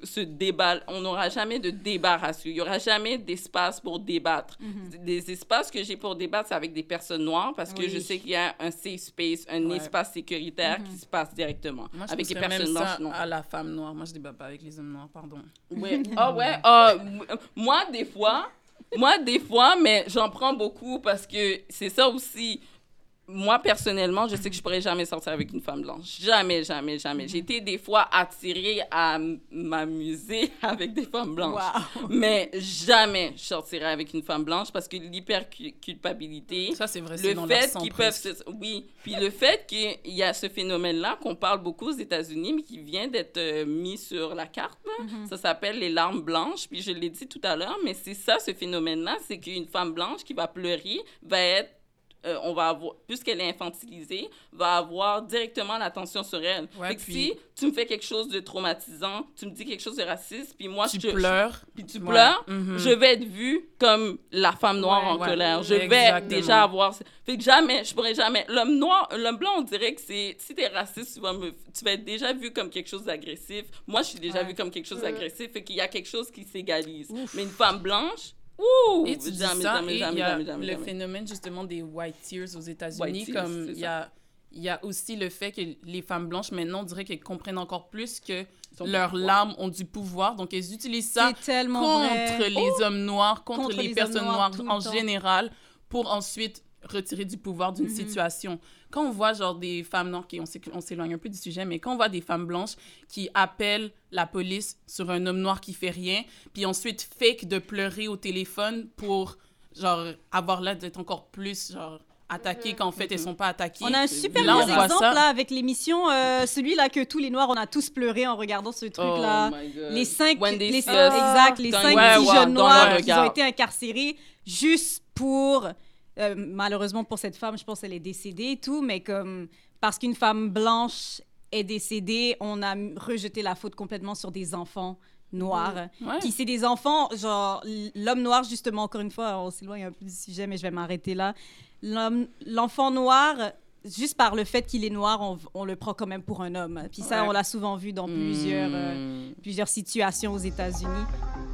ce débat, on n'aura jamais de débat ratieux. Il n'y aura jamais d'espace pour débattre. Mm-hmm. Des espaces que j'ai pour débattre, c'est avec des personnes noires parce que oui. je sais qu'il y a un safe space, un ouais. espace sécuritaire mm-hmm. qui se passe directement. Moi, je avec des personnes même blanches, ça non. à la femme noire. Moi, je ne débat pas avec les hommes noirs, pardon. Oui. Ah ouais. Uh, moi, des fois, moi, des fois, mais j'en prends beaucoup parce que c'est ça aussi. Moi, personnellement, je sais que je pourrais jamais sortir avec une femme blanche. Jamais, jamais, jamais. J'ai été des fois attirée à m- m'amuser avec des femmes blanches. Wow. Mais jamais je sortirais avec une femme blanche parce que l'hyperculpabilité... Ça, c'est vrai, le c'est dans fait leur qu'ils peuvent se... Oui, puis le fait qu'il y a ce phénomène-là qu'on parle beaucoup aux États-Unis, mais qui vient d'être euh, mis sur la carte, mm-hmm. ça s'appelle les larmes blanches. Puis je l'ai dit tout à l'heure, mais c'est ça, ce phénomène-là, c'est qu'une femme blanche qui va pleurer va être Euh, on va avoir, puisqu'elle est infantilisée, va avoir directement l'attention sur elle. Ouais, fait que puis... si tu me fais quelque chose de traumatisant, tu me dis quelque chose de raciste, puis moi, tu je... pleures. Puis tu ouais. pleures, mm-hmm. je vais être vue comme la femme noire ouais, en ouais. colère. Je Exactement. vais déjà avoir... Fait que jamais, je pourrais jamais... L'homme noir, l'homme blanc, on dirait que c'est... Si t'es raciste, tu vas, me... tu vas être déjà vu comme quelque chose d'agressif. Moi, je suis déjà ouais. vue comme quelque chose d'agressif. Fait qu'il y a quelque chose qui s'égalise. Ouf. Mais une femme blanche... Ouh! Et tu dis jamais, ça, jamais, et jamais, il y a jamais, jamais, le jamais. phénomène justement des white tears aux États-Unis, tears, comme il y a, il y a aussi le fait que les femmes blanches, maintenant, on dirait qu'elles comprennent encore plus que leurs pouvoir. larmes ont du pouvoir, donc elles utilisent ça contre vrai. les oh! hommes noirs, contre, contre les, les personnes noirs, noires en général, pour ensuite retirer du pouvoir d'une mm-hmm. situation. Quand on voit genre des femmes noires, qui, on, on s'éloigne un peu du sujet, mais quand on voit des femmes blanches qui appellent la police sur un homme noir qui fait rien, puis ensuite fake de pleurer au téléphone pour genre avoir l'air d'être encore plus genre attaquées qu'en fait, elles sont pas attaquées. On a un super beau exemple là avec l'émission, euh, celui-là que tous les Noirs, on a tous pleuré en regardant ce truc-là. Oh les cinq, les, les, exact, les cinq ouais, petits ouais, jeunes noirs qui ont été incarcérés juste pour... Euh, malheureusement pour cette femme, je pense qu'elle est décédée et tout, mais comme parce qu'une femme blanche est décédée, on a rejeté la faute complètement sur des enfants noirs. Ouais. Puis c'est des enfants, genre l'homme noir, justement, encore une fois, on s'éloigne un peu du sujet, mais je vais m'arrêter là. L'homme, l'enfant noir, juste par le fait qu'il est noir, on, on le prend quand même pour un homme. Puis ça, ouais. on l'a souvent vu dans plusieurs, mmh. euh, plusieurs situations aux États-Unis.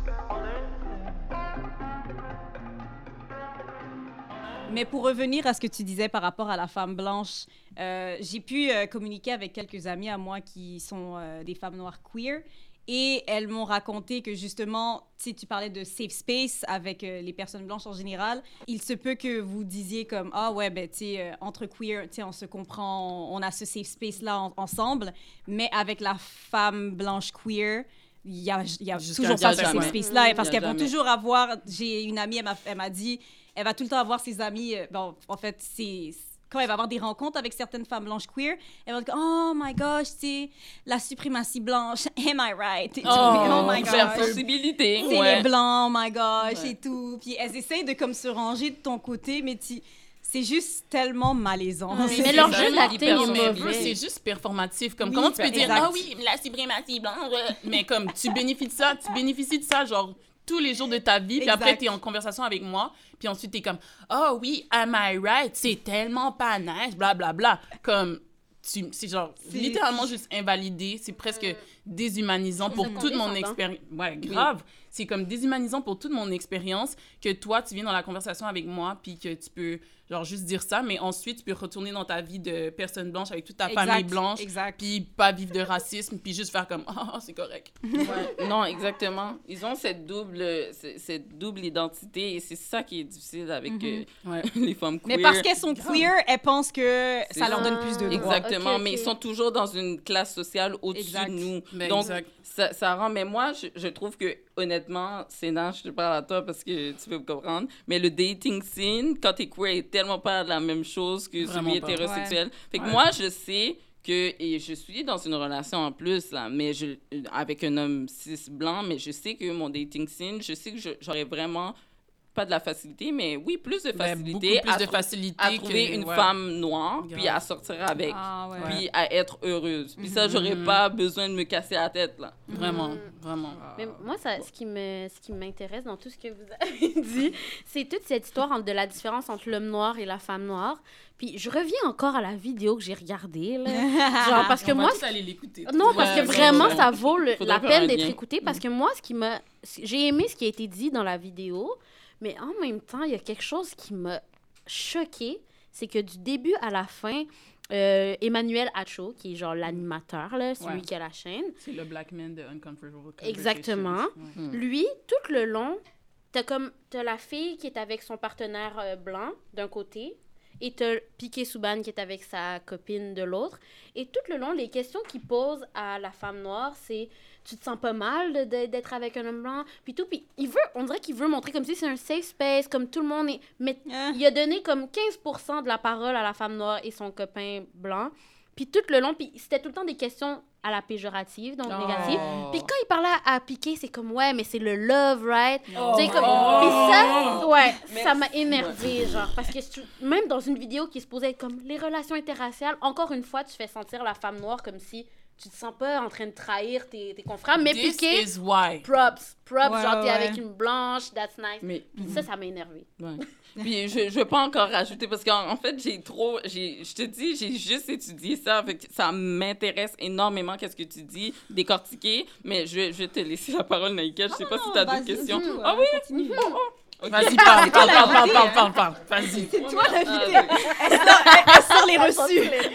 Mais pour revenir à ce que tu disais par rapport à la femme blanche, euh, j'ai pu euh, communiquer avec quelques amis à moi qui sont euh, des femmes noires queer et elles m'ont raconté que justement, tu sais, tu parlais de safe space avec euh, les personnes blanches en général. Il se peut que vous disiez comme « Ah ouais, ben tu sais, euh, entre queer, tu sais, on se comprend, on, on a ce safe space-là en, ensemble. » Mais avec la femme blanche queer, il y a, y a toujours pas ce safe space-là parce qu'elles vont toujours avoir... J'ai une amie, elle m'a, elle m'a dit... Elle va tout le temps avoir ses amis. Euh, bon, en fait, c'est quand elle va avoir des rencontres avec certaines femmes blanches queer, elle va dire oh my gosh, c'est la suprématie blanche. Am I right? Oh, oh my gosh. Possibilité. C'est ouais. les blancs, oh my gosh, ouais. et tout. Puis elles essayent de comme se ranger de ton côté, mais tu c'est juste tellement malaisant. Mmh. Mais leur jeu d'acting est mauvais. C'est juste performatif. Comme, oui, comment tu peux exact. dire, ah oui, la suprématie blanche, mais comme tu bénéficies de ça, tu bénéficies de ça, genre, tous les jours de ta vie, puis après, t'es en conversation avec moi, puis ensuite, t'es comme, oh oui, am I right? C'est tellement pas nice, blablabla. Comme, tu, c'est genre, c'est... littéralement juste invalidé, c'est presque euh... déshumanisant pour toute mon expérience. Ouais, grave. Oui. C'est comme déshumanisant pour toute mon expérience que toi, tu viens dans la conversation avec moi, puis que tu peux, genre, juste dire ça, mais ensuite, tu peux retourner dans ta vie de personne blanche avec toute ta exact, famille blanche, puis pas vivre de racisme, puis juste faire comme, ah, oh, c'est correct. Ouais. Non, exactement. Ils ont cette double, cette double identité, et c'est ça qui est difficile avec mm-hmm. euh, ouais. les femmes queer. Mais parce qu'elles sont queer, elles pensent que c'est ça, ça leur donne plus de droits. Exactement, okay, mais okay. ils sont toujours dans une classe sociale au-dessus exact. de nous. Ben, Donc, exact. Ça, ça rend... Mais moi, je, je trouve que, honnêtement, Sénat, je te parle à toi parce que tu peux me comprendre, mais le dating scene, quand t'es queer, est tellement pas la même chose que Vraiment celui pas. hétérosexuel. Ouais. Fait que ouais. moi, je sais que... Et je suis dans une relation en plus, là, mais je, avec un homme cis blanc, mais je sais que mon dating scene, je sais que je, j'aurais vraiment... pas de la facilité, mais oui, plus de facilité, plus à, de tr- facilité à trouver que, une ouais. femme noire, Grave. puis à sortir avec, Ah, ouais. puis à être heureuse. Puis ça, Mm-hmm. j'aurais pas besoin de me casser la tête, là. Vraiment, Mm. vraiment. Mais moi, ça, ce qui me, ce qui m'intéresse dans tout ce que vous avez dit, c'est toute cette histoire entre, de la différence entre l'homme noir et la femme noire. Puis je reviens encore à la vidéo que j'ai regardée, là. Genre, parce que On va moi... tous aller l'écouter. Non, parce que Ouais, vraiment, ouais. ça vaut le- Faudrait la faire peine un d'être lien. écouté. Parce que moi, ce qui m'a... J'ai aimé ce qui a été dit dans la vidéo, mais en même temps, il y a quelque chose qui m'a choquée. C'est que du début à la fin, euh, Emmanuel Acho, qui est genre l'animateur, là, celui Ouais. qui a la chaîne, C'est le black man de Uncomfortable Conversations. Exactement. Ouais. Mm. lui, tout le long, t'as comme t'as la fille qui est avec son partenaire euh, blanc d'un côté et t'as Piqué Souban qui est avec sa copine de l'autre. Et tout le long, les questions qu'il pose à la femme noire, c'est tu te sens pas mal de- de- d'être avec un homme blanc, puis tout. Puis il veut, on dirait qu'il veut montrer comme si c'est un safe space, comme tout le monde est. Mais Ah. il a donné comme quinze pour cent de la parole à la femme noire et son copain blanc. Puis tout le long, puis c'était tout le temps des questions à la péjorative, donc Oh. négatives. Puis quand il parlait à, à Piqué, c'est comme, ouais, mais c'est le love, right? Oh. Tu sais, comme... Oh. Puis ça, ouais, Mais- ça m'a énervé, genre. Parce que je- même dans une vidéo qui se posait être comme les relations interraciales, encore une fois, tu fais sentir la femme noire comme si tu te sens pas en train de trahir tes, tes confrères. Mais This Piqué, is why. props, props, Ouais, genre, t'es ouais. avec une blanche, that's nice. Mais Puis ça, ça m'a énervé. Ouais. Puis je, je vais pas encore rajouter parce qu'en en fait, j'ai trop. j'ai- Je te dis, j'ai juste étudié ça. Fait que ça m'intéresse énormément, qu'est-ce que tu dis, décortiquer. Mais je, vais- je vais te laisser la parole, Naïka. Je sais pas si tu as d'autres questions. Ah oui? Continue. Ok. Vas-y, parle, parle, parle, parle, parle, parle, parle. Vas-y. C'est toi la Ah, vidéo. Elle sort, elle- elle sort les reçus.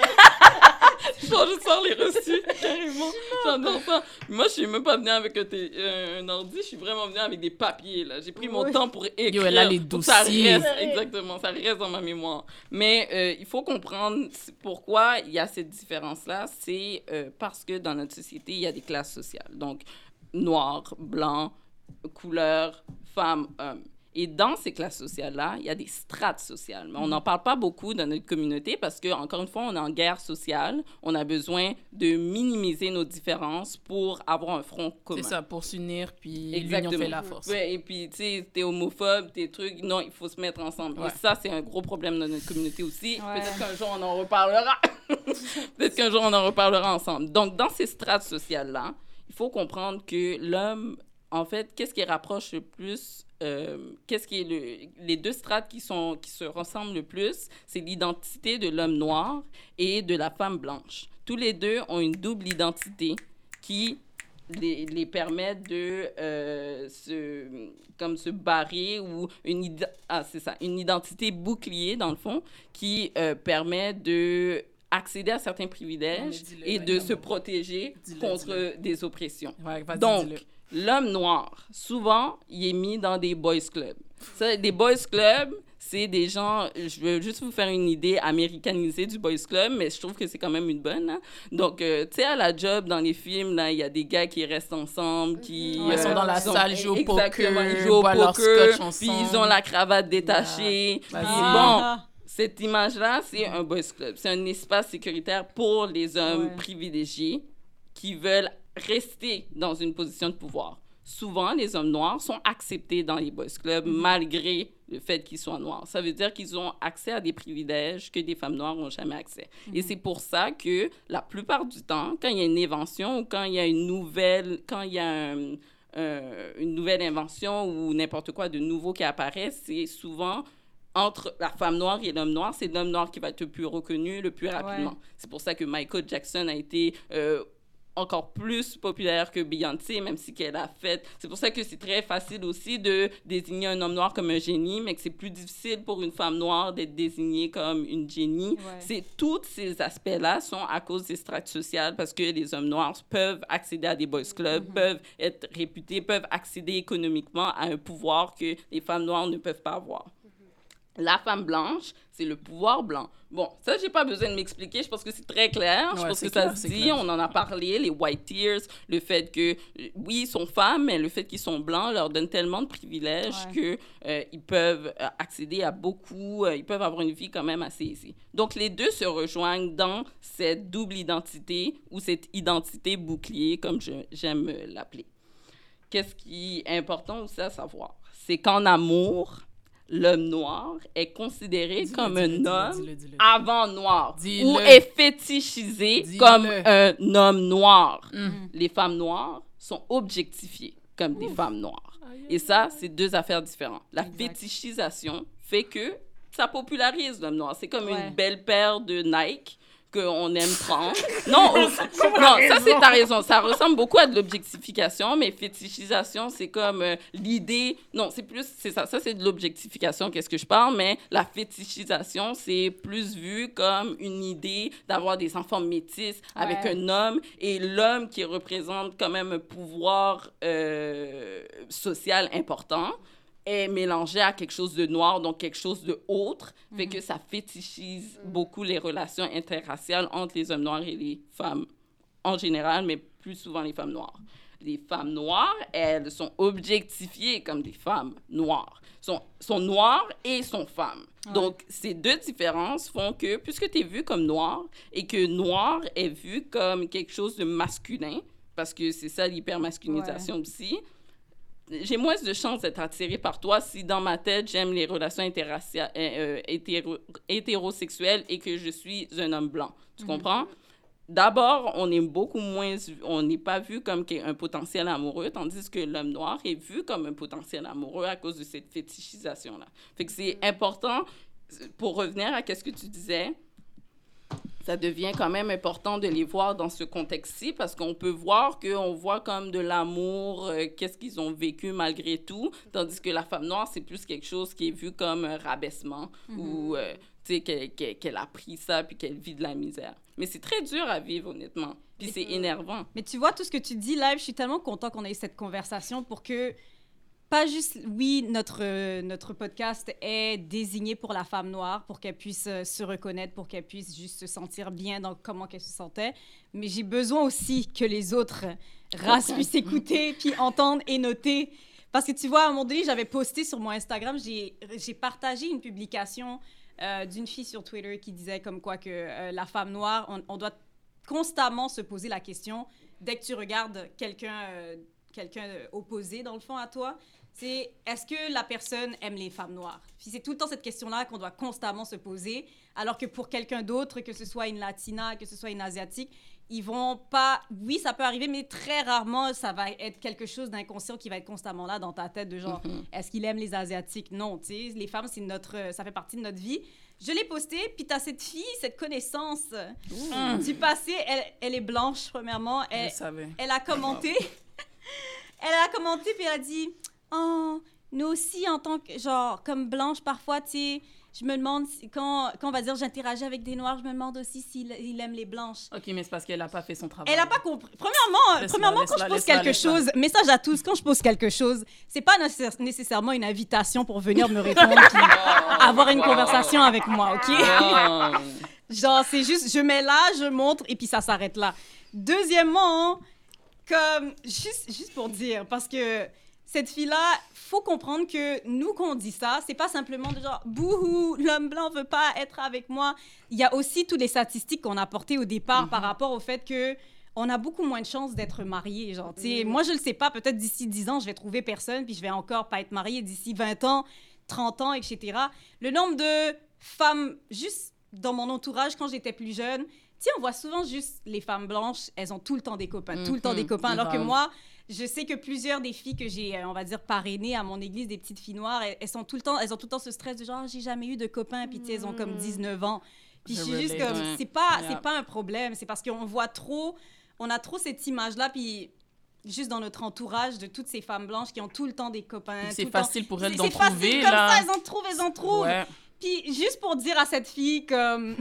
Je sors, je sors les reçus, carrément. J'adore ça. Moi, je suis même pas venue avec un, té- euh, un ordi, je suis vraiment venue avec des papiers, là. J'ai pris mon Oui. temps pour écrire. Yo, elle a les pour que ça dossiers. reste, exactement, ça reste dans ma mémoire. Mais euh, il faut comprendre pourquoi il y a cette différence-là. C'est euh, parce que dans notre société, il y a des classes sociales. Donc, noir, blanc, couleur, femme, homme. Et dans ces classes sociales-là, il y a des strates sociales. Mais on n'en parle pas beaucoup dans notre communauté parce que, encore une fois, on est en guerre sociale. On a besoin de minimiser nos différences pour avoir un front commun. C'est ça, pour s'unir, puis l'union Exactement. fait la force. Ouais, et puis, tu sais, t'es homophobe, t'es trucs. Non, il faut se mettre ensemble. Ouais. Et ça, c'est un gros problème dans notre communauté aussi. Ouais. Peut-être qu'un jour, on en reparlera. Peut-être qu'un jour, on en reparlera ensemble. Donc, dans ces strates sociales-là, il faut comprendre que l'homme, en fait, qu'est-ce qui rapproche le plus, euh, qu'est-ce qui est le, les deux strates qui, sont, qui se ressemblent le plus, c'est l'identité de l'homme noir et de la femme blanche. Tous les deux ont une double identité qui les, les permet de euh, se, comme se barrer ou une, id- ah, c'est ça, une identité bouclier, dans le fond, qui euh, permet de accéder à certains privilèges Non, mais dis-le, et ouais, de non, se mais- protéger Dis-le, contre dis-le. des oppressions. Ouais, vas-y, Donc, dis-le. l'homme noir, souvent, il est mis dans des boys clubs. Ça, des boys clubs, c'est des gens, je veux juste vous faire une idée américanisée du boys club, mais je trouve que c'est quand même une bonne. Hein? Donc, euh, tu sais, à la job, dans les films, là, il y a des gars qui restent ensemble, qui... Ils sont dans la sont- salle, jouent au Exactement, poker, ils jouent au boivent leur poker, scotch puis ensemble. ils ont la cravate détachée. Puis Vas-y. bon, Ah. cette image-là, c'est un boys club. C'est un espace sécuritaire pour les hommes Ouais. privilégiés qui veulent rester dans une position de pouvoir. Souvent, les hommes noirs sont acceptés dans les boys clubs malgré le fait qu'ils soient noirs. Ça veut dire qu'ils ont accès à des privilèges que des femmes noires n'ont jamais accès. Et c'est pour ça que la plupart du temps, quand il y a une invention ou quand il y a une nouvelle, quand il y a un- euh, une nouvelle invention ou n'importe quoi de nouveau qui apparaît, c'est souvent entre la femme noire et l'homme noir, c'est l'homme noir qui va être le plus reconnu le plus rapidement. Ouais. C'est pour ça que Michael Jackson a été euh, encore plus populaire que Beyoncé, même si qu'elle a fait. C'est pour ça que c'est très facile aussi de désigner un homme noir comme un génie, mais que c'est plus difficile pour une femme noire d'être désignée comme une génie. Ouais. C'est tous ces aspects-là sont à cause des strates sociales parce que les hommes noirs peuvent accéder à des boys clubs, Mm-hmm. peuvent être réputés, peuvent accéder économiquement à un pouvoir que les femmes noires ne peuvent pas avoir. La femme blanche, c'est le pouvoir blanc. Bon, ça, j'ai pas besoin de m'expliquer. Je pense que c'est très clair. Je Ouais, pense c'est que ça clair, se c'est dit. clair. On en a parlé, les white tears, le fait que, euh, oui, ils sont femmes, mais le fait qu'ils sont blancs leur donne tellement de privilèges Ouais. qu'ils peuvent euh, accéder à beaucoup, euh, ils peuvent avoir une vie quand même assez aisée. Donc, les deux se rejoignent dans cette double identité ou cette identité bouclier, comme je- j'aime l'appeler. Qu'est-ce qui est important aussi à savoir? C'est qu'en amour, l'homme noir est considéré dis-le, comme dis-le, un dis-le, homme dis-le, dis-le. avant noir Dis-le. ou est fétichisé Dis-le. comme un homme noir. Mm. Les femmes noires sont objectifiées comme des femmes noires. Et ça, c'est deux affaires différentes. La Exact. fétichisation fait que ça popularise l'homme noir. C'est comme Ouais. une belle paire de Nike qu'on aime prendre. Non, non, ça, c'est ta raison. Ça ressemble beaucoup à de l'objectification, mais fétichisation, c'est comme euh, l'idée... Non, c'est plus... C'est ça. Ça, c'est de l'objectification, qu'est-ce que je parle, mais la fétichisation, c'est plus vu comme une idée d'avoir des enfants métis avec Ouais. un homme, et l'homme qui représente quand même un pouvoir euh, social important est mélangé à quelque chose de noir, donc quelque chose de autre, mm-hmm. fait que ça fétichise mm. beaucoup les relations interraciales entre les hommes noirs et les femmes en général, mais plus souvent les femmes noires. Les femmes noires, elles sont objectifiées comme des femmes noires. Sont, sont noires et sont femmes. Ouais. Donc, ces deux différences font que, puisque tu es vu comme noir et que noir est vu comme quelque chose de masculin, parce que c'est ça l'hypermasculinisation ouais. aussi, j'ai moins de chances d'être attirée par toi si dans ma tête, j'aime les relations interraciales, euh, hétéro, hétérosexuelles et que je suis un homme blanc. Tu mm-hmm. comprends? D'abord, on est beaucoup moins... On n'est pas vu comme un potentiel amoureux, tandis que l'homme noir est vu comme un potentiel amoureux à cause de cette fétichisation-là. Fait que c'est mm-hmm. important, pour revenir à ce que tu disais, ça devient quand même important de les voir dans ce contexte-ci parce qu'on peut voir qu'on voit comme de l'amour, euh, qu'est-ce qu'ils ont vécu malgré tout, tandis que la femme noire, c'est plus quelque chose qui est vu comme un rabaissement mm-hmm. ou, euh, tu sais, qu'elle, qu'elle, qu'elle a pris ça puis qu'elle vit de la misère. Mais c'est très dur à vivre, honnêtement. Puis c'est énervant. Mais tu vois, tout ce que tu dis, live, je suis tellement content qu'on ait eu cette conversation pour que... Pas juste, oui, notre, euh, notre podcast est désigné pour la femme noire, pour qu'elle puisse euh, se reconnaître, pour qu'elle puisse juste se sentir bien dans comment qu'elle se sentait. Mais j'ai besoin aussi que les autres races puissent écouter, puis entendre et noter. Parce que tu vois, à un moment donné, j'avais posté sur mon Instagram, j'ai, j'ai partagé une publication euh, d'une fille sur Twitter qui disait comme quoi que euh, la femme noire, on, on doit constamment se poser la question, dès que tu regardes quelqu'un, euh, quelqu'un opposé, dans le fond, à toi, c'est est-ce que la personne aime les femmes noires? Puis c'est tout le temps cette question-là qu'on doit constamment se poser, alors que pour quelqu'un d'autre, que ce soit une latina, que ce soit une asiatique, ils vont pas... Oui, ça peut arriver, mais très rarement, ça va être quelque chose d'inconscient qui va être constamment là dans ta tête, de genre, mm-hmm. est-ce qu'il aime les Asiatiques? Non, tu sais, les femmes, c'est notre... ça fait partie de notre vie. Je l'ai posté, puis t'as cette fille, cette connaissance mmh. du passé, elle, elle est blanche, premièrement. Elle, elle a commenté, elle a commenté, puis elle a dit... Oh, nous aussi, en tant que, genre, comme blanche, parfois, tu sais, je me demande, si, quand, quand on va dire j'interagis avec des noirs, je me demande aussi s'il il aime les blanches. OK, mais c'est parce qu'elle n'a pas fait son travail. Elle n'a pas compris. Premièrement, premièrement quand je pose quelque chose, message à tous, quand je pose quelque chose, c'est pas nécessaire, nécessairement une invitation pour venir me répondre puis avoir une conversation avec moi, OK? Genre, c'est juste, je mets là, je montre, et puis ça s'arrête là. Deuxièmement, comme, juste, juste pour dire, parce que cette fille-là, faut comprendre que nous, quand on dit ça, c'est pas simplement de genre « Bouhou, l'homme blanc veut pas être avec moi ». Il y a aussi toutes les statistiques qu'on a portées au départ mm-hmm. par rapport au fait que on a beaucoup moins de chances d'être marié. Genre, mm-hmm. moi, je le sais pas, peut-être d'ici dix ans, je vais trouver personne, puis je vais encore pas être mariée. D'ici vingt ans, trente ans, et cetera. Le nombre de femmes, juste dans mon entourage, quand j'étais plus jeune, tu sais, on voit souvent juste les femmes blanches, elles ont tout le temps des copains, mm-hmm. tout le temps des copains, alors que moi... Je sais que plusieurs des filles que j'ai, on va dire, parrainées à mon église, des petites filles noires, elles, elles, sont tout le temps, elles ont tout le temps ce stress de genre, j'ai jamais eu de copain, puis tu sais, elles ont comme dix-neuf ans. Puis je suis juste comme, c'est pas, yeah. c'est pas un problème, c'est parce qu'on voit trop, on a trop cette image-là, puis juste dans notre entourage de toutes ces femmes blanches qui ont tout le temps des copains. C'est tout facile temps, pour elles c'est, d'en c'est trouver, facile là. Comme ça, elles en trouvent, elles en trouvent. Ouais. Puis juste pour dire à cette fille comme...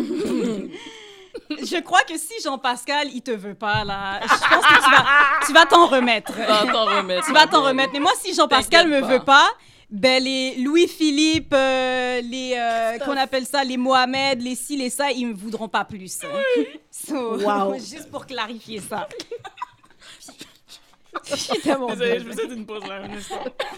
Je crois que si Jean-Pascal, il te veut pas, là, je pense que tu vas, tu vas t'en remettre. Tu vas t'en remettre. Tu vas t'en remettre. Mais moi, si Jean-Pascal me pas. veut pas, ben les Louis-Philippe, euh, les, euh, qu'on appelle ça, les Mohamed, les ci, les ça, ils me voudront pas plus. Oui. So, wow. Juste pour clarifier ça. Je suis tellement Désolée, je me souhaite une pause là, un instant.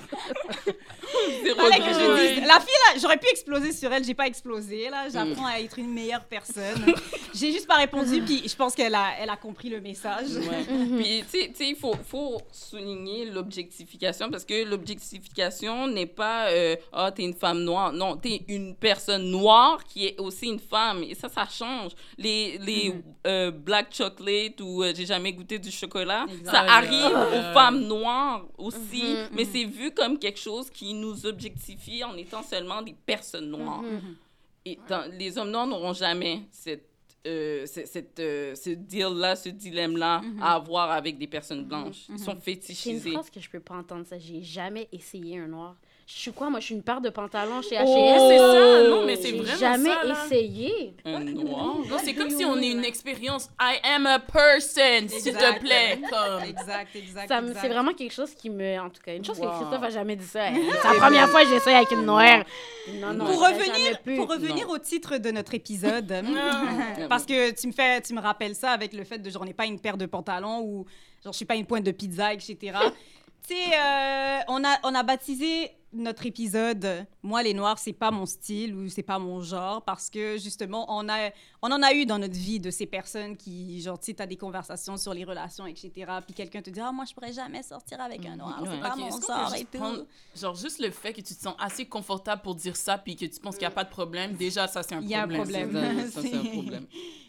Fallait que je dise. La fille, là, j'aurais pu exploser sur elle, j'ai pas explosé, là. J'apprends mm. à être une meilleure personne. J'ai juste pas répondu, puis je pense qu'elle a, elle a compris le message. Ouais. Mm-hmm. Puis, tu sais, il faut, faut souligner l'objectification, parce que l'objectification n'est pas euh, « Ah, oh, t'es une femme noire ». Non, t'es une personne noire qui est aussi une femme. Et ça, ça change. Les, les mm. euh, black chocolate ou euh, j'ai jamais goûté du chocolat, exact. Ça arrive euh... aux femmes noires aussi, mm-hmm. mais c'est vu comme quelque chose qui nous objectifie en étant seulement des personnes noires. Mm-hmm. Et dans, les hommes noirs n'auront jamais cette, euh, cette, cette, euh, ce deal-là, ce dilemme-là mm-hmm. à avoir avec des personnes blanches. Mm-hmm. Ils sont fétichisés. C'est une phrase que je peux pas entendre ça. J'ai jamais essayé un noir. Je suis quoi? Moi, je suis une paire de pantalons chez H et M. Oh, c'est ça. Non, mais c'est J'ai vraiment jamais ça, là. essayé. Un noir? Non, c'est comme si on est une expérience. I am a person, s'il te plaît. Comme... Exact, exact, ça, exact. C'est vraiment quelque chose qui me... En tout cas, une chose wow. que Christophe a jamais dit ça. C'est la première fois que j'ai essayé avec une noire. Non, non, pour revenir, pour revenir au titre de notre épisode, parce que tu me, fais, tu me rappelles ça avec le fait de genre, on n'est pas une paire de pantalons ou genre, je suis pas une pointe de pizza, et cetera. Tu sais, euh, on, a, on a baptisé notre épisode « Moi, les Noirs, c'est pas mon style » ou « c'est pas mon genre » parce que, justement, on, a, on en a eu dans notre vie de ces personnes qui, genre, tu sais, t'as des conversations sur les relations, et cetera. Puis quelqu'un te dit « Ah, moi, je pourrais jamais sortir avec un Noir, ouais. c'est pas okay, mon genre et tout. » Genre, juste le fait que tu te sens assez confortable pour dire ça puis que tu penses qu'il n'y a pas de problème, déjà, ça, c'est un problème. Il y a un problème. Ça, c'est un problème.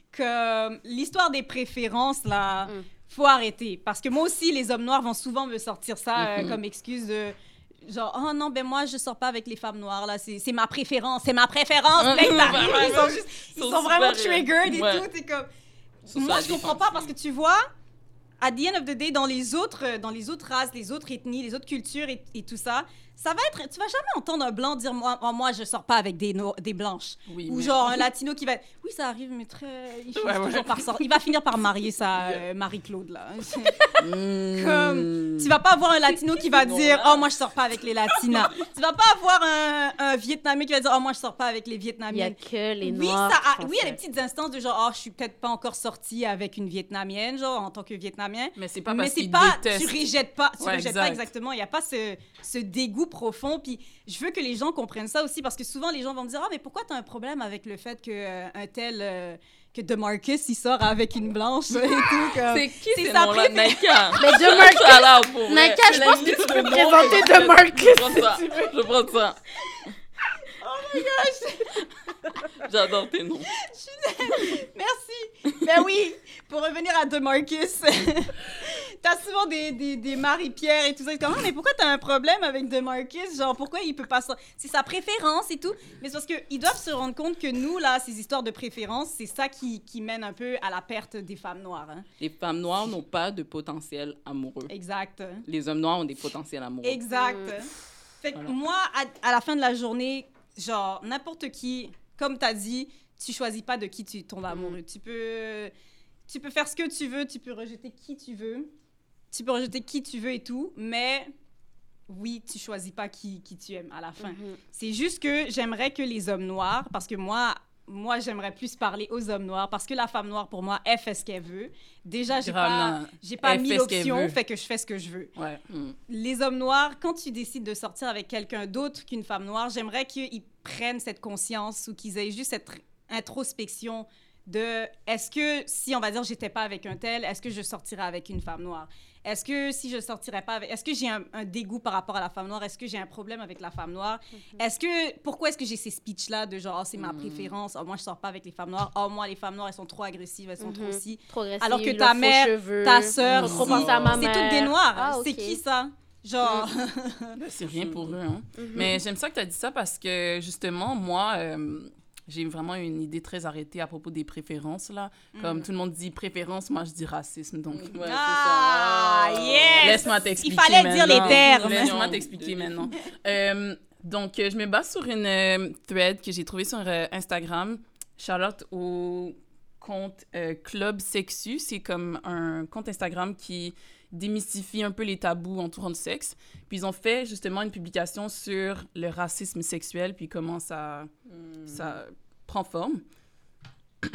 Que l'histoire des préférences, là... Mm. Faut arrêter. Parce que moi aussi, les hommes noirs vont souvent me sortir ça euh, mm-hmm. comme excuse de... Genre, oh non, ben moi, je sors pas avec les femmes noires, là. C'est, c'est ma préférence. C'est ma préférence. Là, ils arrivent, ils sont, juste, ils sont, sont vraiment triggered et ouais. tout. C'est comme... So, moi, je comprends pas parce que tu vois, at the end of the day, dans les autres, dans les autres races, les autres ethnies, les autres cultures et, et tout ça, ça va être... Tu vas jamais entendre un blanc dire « Moi, moi je sors pas avec des, no- des blanches. Oui, » Ou mais... genre un latino qui va... Oui, ça arrive, mais très... Il, ouais, ouais. Par sort... Il va finir par marier sa euh, Marie-Claude, là. mm. Comme... Tu vas pas avoir un latino qui va dire « Oh, moi, je sors pas avec les latinas. » Tu vas pas avoir un, un Vietnamien qui va dire « Oh, moi, je sors pas avec les Vietnamiennes. » Il y a que les oui, Noirs. Ça a... Oui, il y a des petites instances de genre « Oh, je suis peut-être pas encore sortie avec une Vietnamienne, genre, en tant que Vietnamien. » Mais c'est pas parce mais c'est qu'ils pas... détestent. Tu rejettes pas, tu ouais, rejettes exact. pas exactement. Il y a pas ce, ce dégoût profond, puis je veux que les gens comprennent ça aussi, parce que souvent, les gens vont me dire « Ah, mais pourquoi t'as un problème avec le fait qu'un euh, tel... Euh, que DeMarcus, il sort avec une blanche et tout. Comme... C'est qui c'est ces noms-là? Naika. Mais DeMarcus... Naika, je pense que tu peux présenter DeMarcus. Je prends ça. Je prends ça. Oh my gosh! J'adore tes noms. Merci. Ben oui, pour revenir à DeMarcus, t'as souvent des, des, des Marie-Pierre et tout ça. Comme, ah, mais pourquoi t'as un problème avec DeMarcus? Genre, pourquoi il peut pas sortir? C'est sa préférence et tout. Mais c'est parce qu'ils doivent se rendre compte que nous, là, ces histoires de préférence, c'est ça qui, qui mène un peu à la perte des femmes noires. Hein. Les femmes noires n'ont pas de potentiel amoureux. Exact. Les hommes noirs ont des potentiels amoureux. Exact. Mmh. Fait que voilà. Moi, à, à la fin de la journée, genre, n'importe qui, comme t'as dit, tu choisis pas de qui tu tombes amoureux. Mm. Tu peux, tu peux faire ce que tu veux, tu peux rejeter qui tu veux, tu peux rejeter qui tu veux et tout, mais oui, tu choisis pas qui, qui tu aimes à la fin. Mm-hmm. C'est juste que j'aimerais que les hommes noirs, parce que moi, moi, j'aimerais plus parler aux hommes noirs, parce que la femme noire, pour moi, elle fait ce qu'elle veut. Déjà, j'ai pas, j'ai pas mis l'option, fait que je fais ce que je veux. Ouais. Mm. Les hommes noirs, quand tu décides de sortir avec quelqu'un d'autre qu'une femme noire, j'aimerais qu'ils prennent cette conscience ou qu'ils aient juste cette introspection de est-ce que si on va dire j'étais pas avec un tel, est-ce que je sortirais avec une femme noire? Est-ce que si je sortirais pas avec... Est-ce que j'ai un, un dégoût par rapport à la femme noire? Est-ce que j'ai un problème avec la femme noire? Mm-hmm. Est-ce que... Pourquoi est-ce que j'ai ces speeches-là de genre, oh, c'est ma mm. préférence, oh, moi, je sors pas avec les femmes noires, oh, moi, les femmes noires, elles sont trop agressives, elles sont mm-hmm. trop ci. Trop agressives, alors que ta mère, cheveux, ta sœur, trop penser à ma mère. C'est toutes des noirs. Ah, okay. C'est qui, ça? Genre... c'est rien pour eux, hein. Mm-hmm. Mais j'aime ça que tu as dit ça parce que, justement, moi... Euh, j'ai vraiment une idée très arrêtée à propos des préférences, là. Comme mm. tout le monde dit préférence, moi, je dis racisme, donc... Mm. Ouais, ah, c'est ça. yes! Laisse-moi t'expliquer Il fallait maintenant. dire les termes. Laisse-moi t'expliquer maintenant. euh, donc, euh, je me base sur une euh, thread que j'ai trouvée sur euh, Instagram. Shout-out au compte euh, Club Sexu. C'est comme un compte Instagram qui démystifie un peu les tabous entourant le sexe. Puis ils ont fait justement une publication sur le racisme sexuel, puis comment ça, mm. ça prend forme.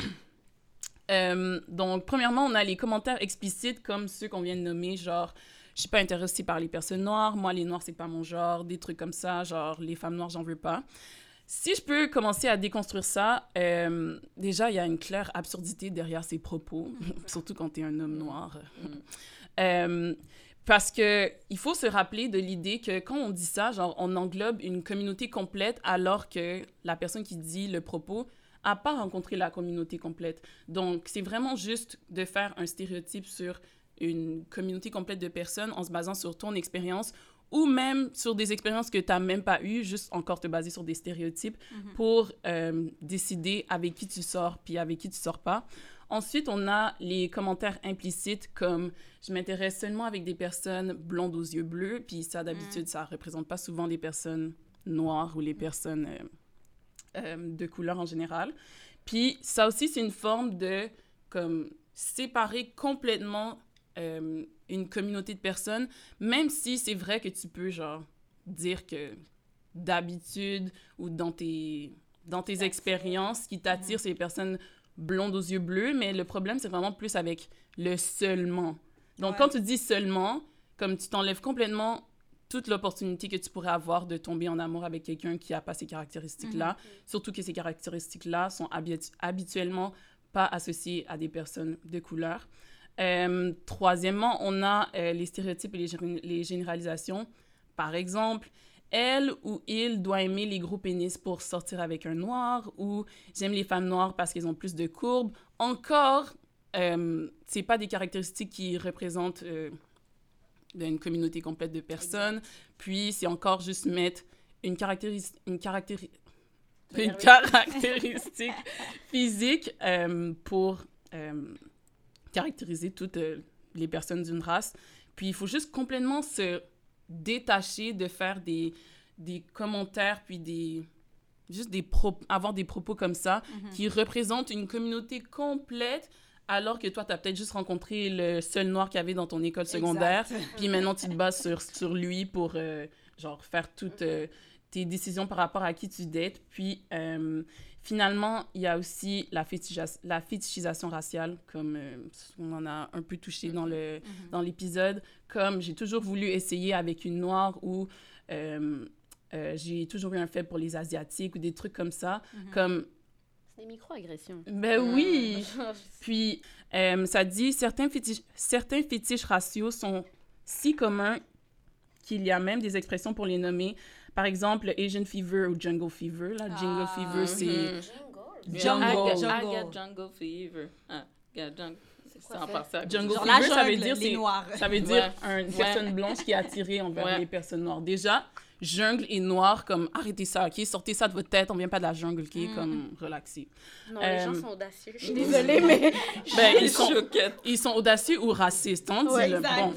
euh, donc, premièrement, on a les commentaires explicites comme ceux qu'on vient de nommer, genre « je suis pas intéressée par les personnes noires, moi, les noirs, c'est pas mon genre, des trucs comme ça, genre, les femmes noires, j'en veux pas. Si je peux commencer à déconstruire ça, euh, déjà, il y a une claire absurdité derrière ces propos, surtout quand tu es un homme noir. Mm. euh, parce qu'il faut se rappeler de l'idée que quand on dit ça, genre, on englobe une communauté complète alors que la personne qui dit le propos n'a pas rencontré la communauté complète. Donc, c'est vraiment juste de faire un stéréotype sur une communauté complète de personnes en se basant sur ton expérience ou même sur des expériences que tu n'as même pas eues, juste encore te baser sur des stéréotypes mm-hmm. pour euh, décider avec qui tu sors puis avec qui tu sors pas. Ensuite, on a les commentaires implicites comme « je m'intéresse seulement avec des personnes blondes aux yeux bleus », puis ça, d'habitude, mm. ça représente pas souvent les personnes noires ou les personnes euh, euh, de couleur en général. Puis ça aussi, c'est une forme de comme séparer complètement euh, une communauté de personnes, même si c'est vrai que tu peux, genre, dire que d'habitude ou dans tes, dans tes expériences, ce qui t'attire, mm-hmm. c'est les personnes blondes aux yeux bleus, mais le problème, c'est vraiment plus avec le seulement. Donc, ouais. quand tu dis seulement, comme tu t'enlèves complètement toute l'opportunité que tu pourrais avoir de tomber en amour avec quelqu'un qui n'a pas ces caractéristiques-là, mm-hmm. surtout que ces caractéristiques-là sont habitu- habituellement pas associées à des personnes de couleur. Euh, troisièmement, on a euh, les stéréotypes et les, gé- les généralisations. Par exemple, elle ou il doit aimer les gros pénis pour sortir avec un noir, ou j'aime les femmes noires parce qu'elles ont plus de courbes. Encore, euh, c'est pas des caractéristiques qui représentent euh, une communauté complète de personnes. Exact. Puis, c'est encore juste mettre une, caractéris- une, caractéri- une caractéristique physique euh, pour... Euh, caractériser toutes euh, les personnes d'une race. Puis il faut juste complètement se détacher de faire des, des commentaires, puis des, juste des pro- avoir des propos comme ça mm-hmm. qui représentent une communauté complète, alors que toi, tu as peut-être juste rencontré le seul noir qu'il y avait dans ton école secondaire, puis maintenant, tu te bases sur, sur lui pour euh, genre, faire toutes euh, tes décisions par rapport à qui tu dates. Puis... Euh, Finalement, il y a aussi la, fétichis- la fétichisation raciale, comme euh, on en a un peu touché dans, le, mm-hmm. dans l'épisode. Comme j'ai toujours voulu essayer avec une noire ou euh, euh, j'ai toujours eu un faible pour les Asiatiques ou des trucs comme ça. Mm-hmm. Comme... C'est des micro-agressions. Ben mm. oui! Puis, euh, ça dit, certains, fétiches, certains fétiches raciaux sont si communs qu'il y a même des expressions pour les nommer. Par exemple, Asian Fever ou Jungle Fever. Là. Jungle ah, Fever, c'est... Mm-hmm. Jungle. Jungle. I got Jungle Fever. Ah, got jungle. C'est quoi, ça, ça? Jungle Genre Fever, jungle, ça veut dire, c'est, noirs. Ça veut dire ouais. une personne ouais. blanche qui est attirée envers ouais. les personnes noires. Déjà, jungle et noir, comme arrêtez ça, OK? Sortez ça de votre tête, on vient pas de la jungle, OK? Mm. Comme relaxez. Non, euh, les gens sont audacieux. Je suis désolée, mais... ben, ils, sont, ils sont audacieux ou racistes, on dit ouais, le bon.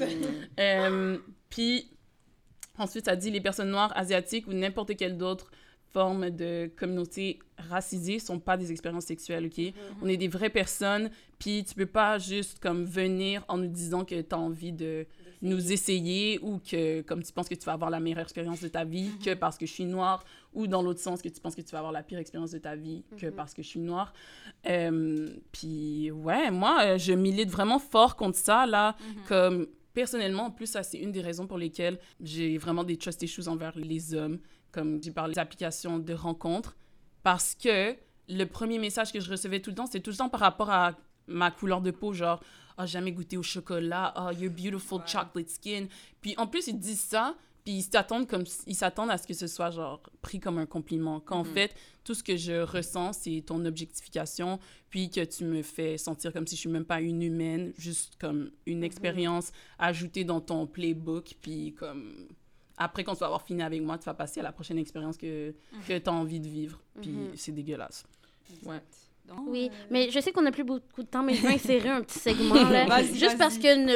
euh, Puis... Ensuite, ça dit les personnes noires, asiatiques ou n'importe quelle autre forme de communauté racisée sont pas des expériences sexuelles, OK? Mm-hmm. On est des vraies personnes, puis tu peux pas juste comme venir en nous disant que tu as envie de nous essayer ou que comme tu penses que tu vas avoir la meilleure expérience de ta vie mm-hmm. que parce que je suis noire, ou dans l'autre sens que tu penses que tu vas avoir la pire expérience de ta vie mm-hmm. que parce que je suis noire. Euh, puis ouais, moi, je milite vraiment fort contre ça, là, mm-hmm. comme... Personnellement, en plus, ça, c'est une des raisons pour lesquelles j'ai vraiment des trust issues envers les hommes, comme j'ai parlé des applications de rencontres, parce que le premier message que je recevais tout le temps, c'était tout le temps par rapport à ma couleur de peau, genre « Ah, oh, jamais goûté au chocolat, oh, you're beautiful ouais. chocolate skin ». Puis en plus, ils disent ça, puis ils s'attendent, comme, ils s'attendent à ce que ce soit genre pris comme un compliment. Quand mm-hmm. en fait, tout ce que je ressens, c'est ton objectification, puis que tu me fais sentir comme si je suis même pas une humaine, juste comme une mm-hmm. expérience ajoutée dans ton playbook, puis comme... Après, quand tu vas avoir fini avec moi, tu vas passer à la prochaine expérience que, mm-hmm. que tu as envie de vivre. Puis mm-hmm. c'est dégueulasse. Ouais. Donc, oui, euh... mais je sais qu'on n'a plus beaucoup de temps, mais je vais insérer un petit segment, là, vas-y, juste vas-y. Parce que le,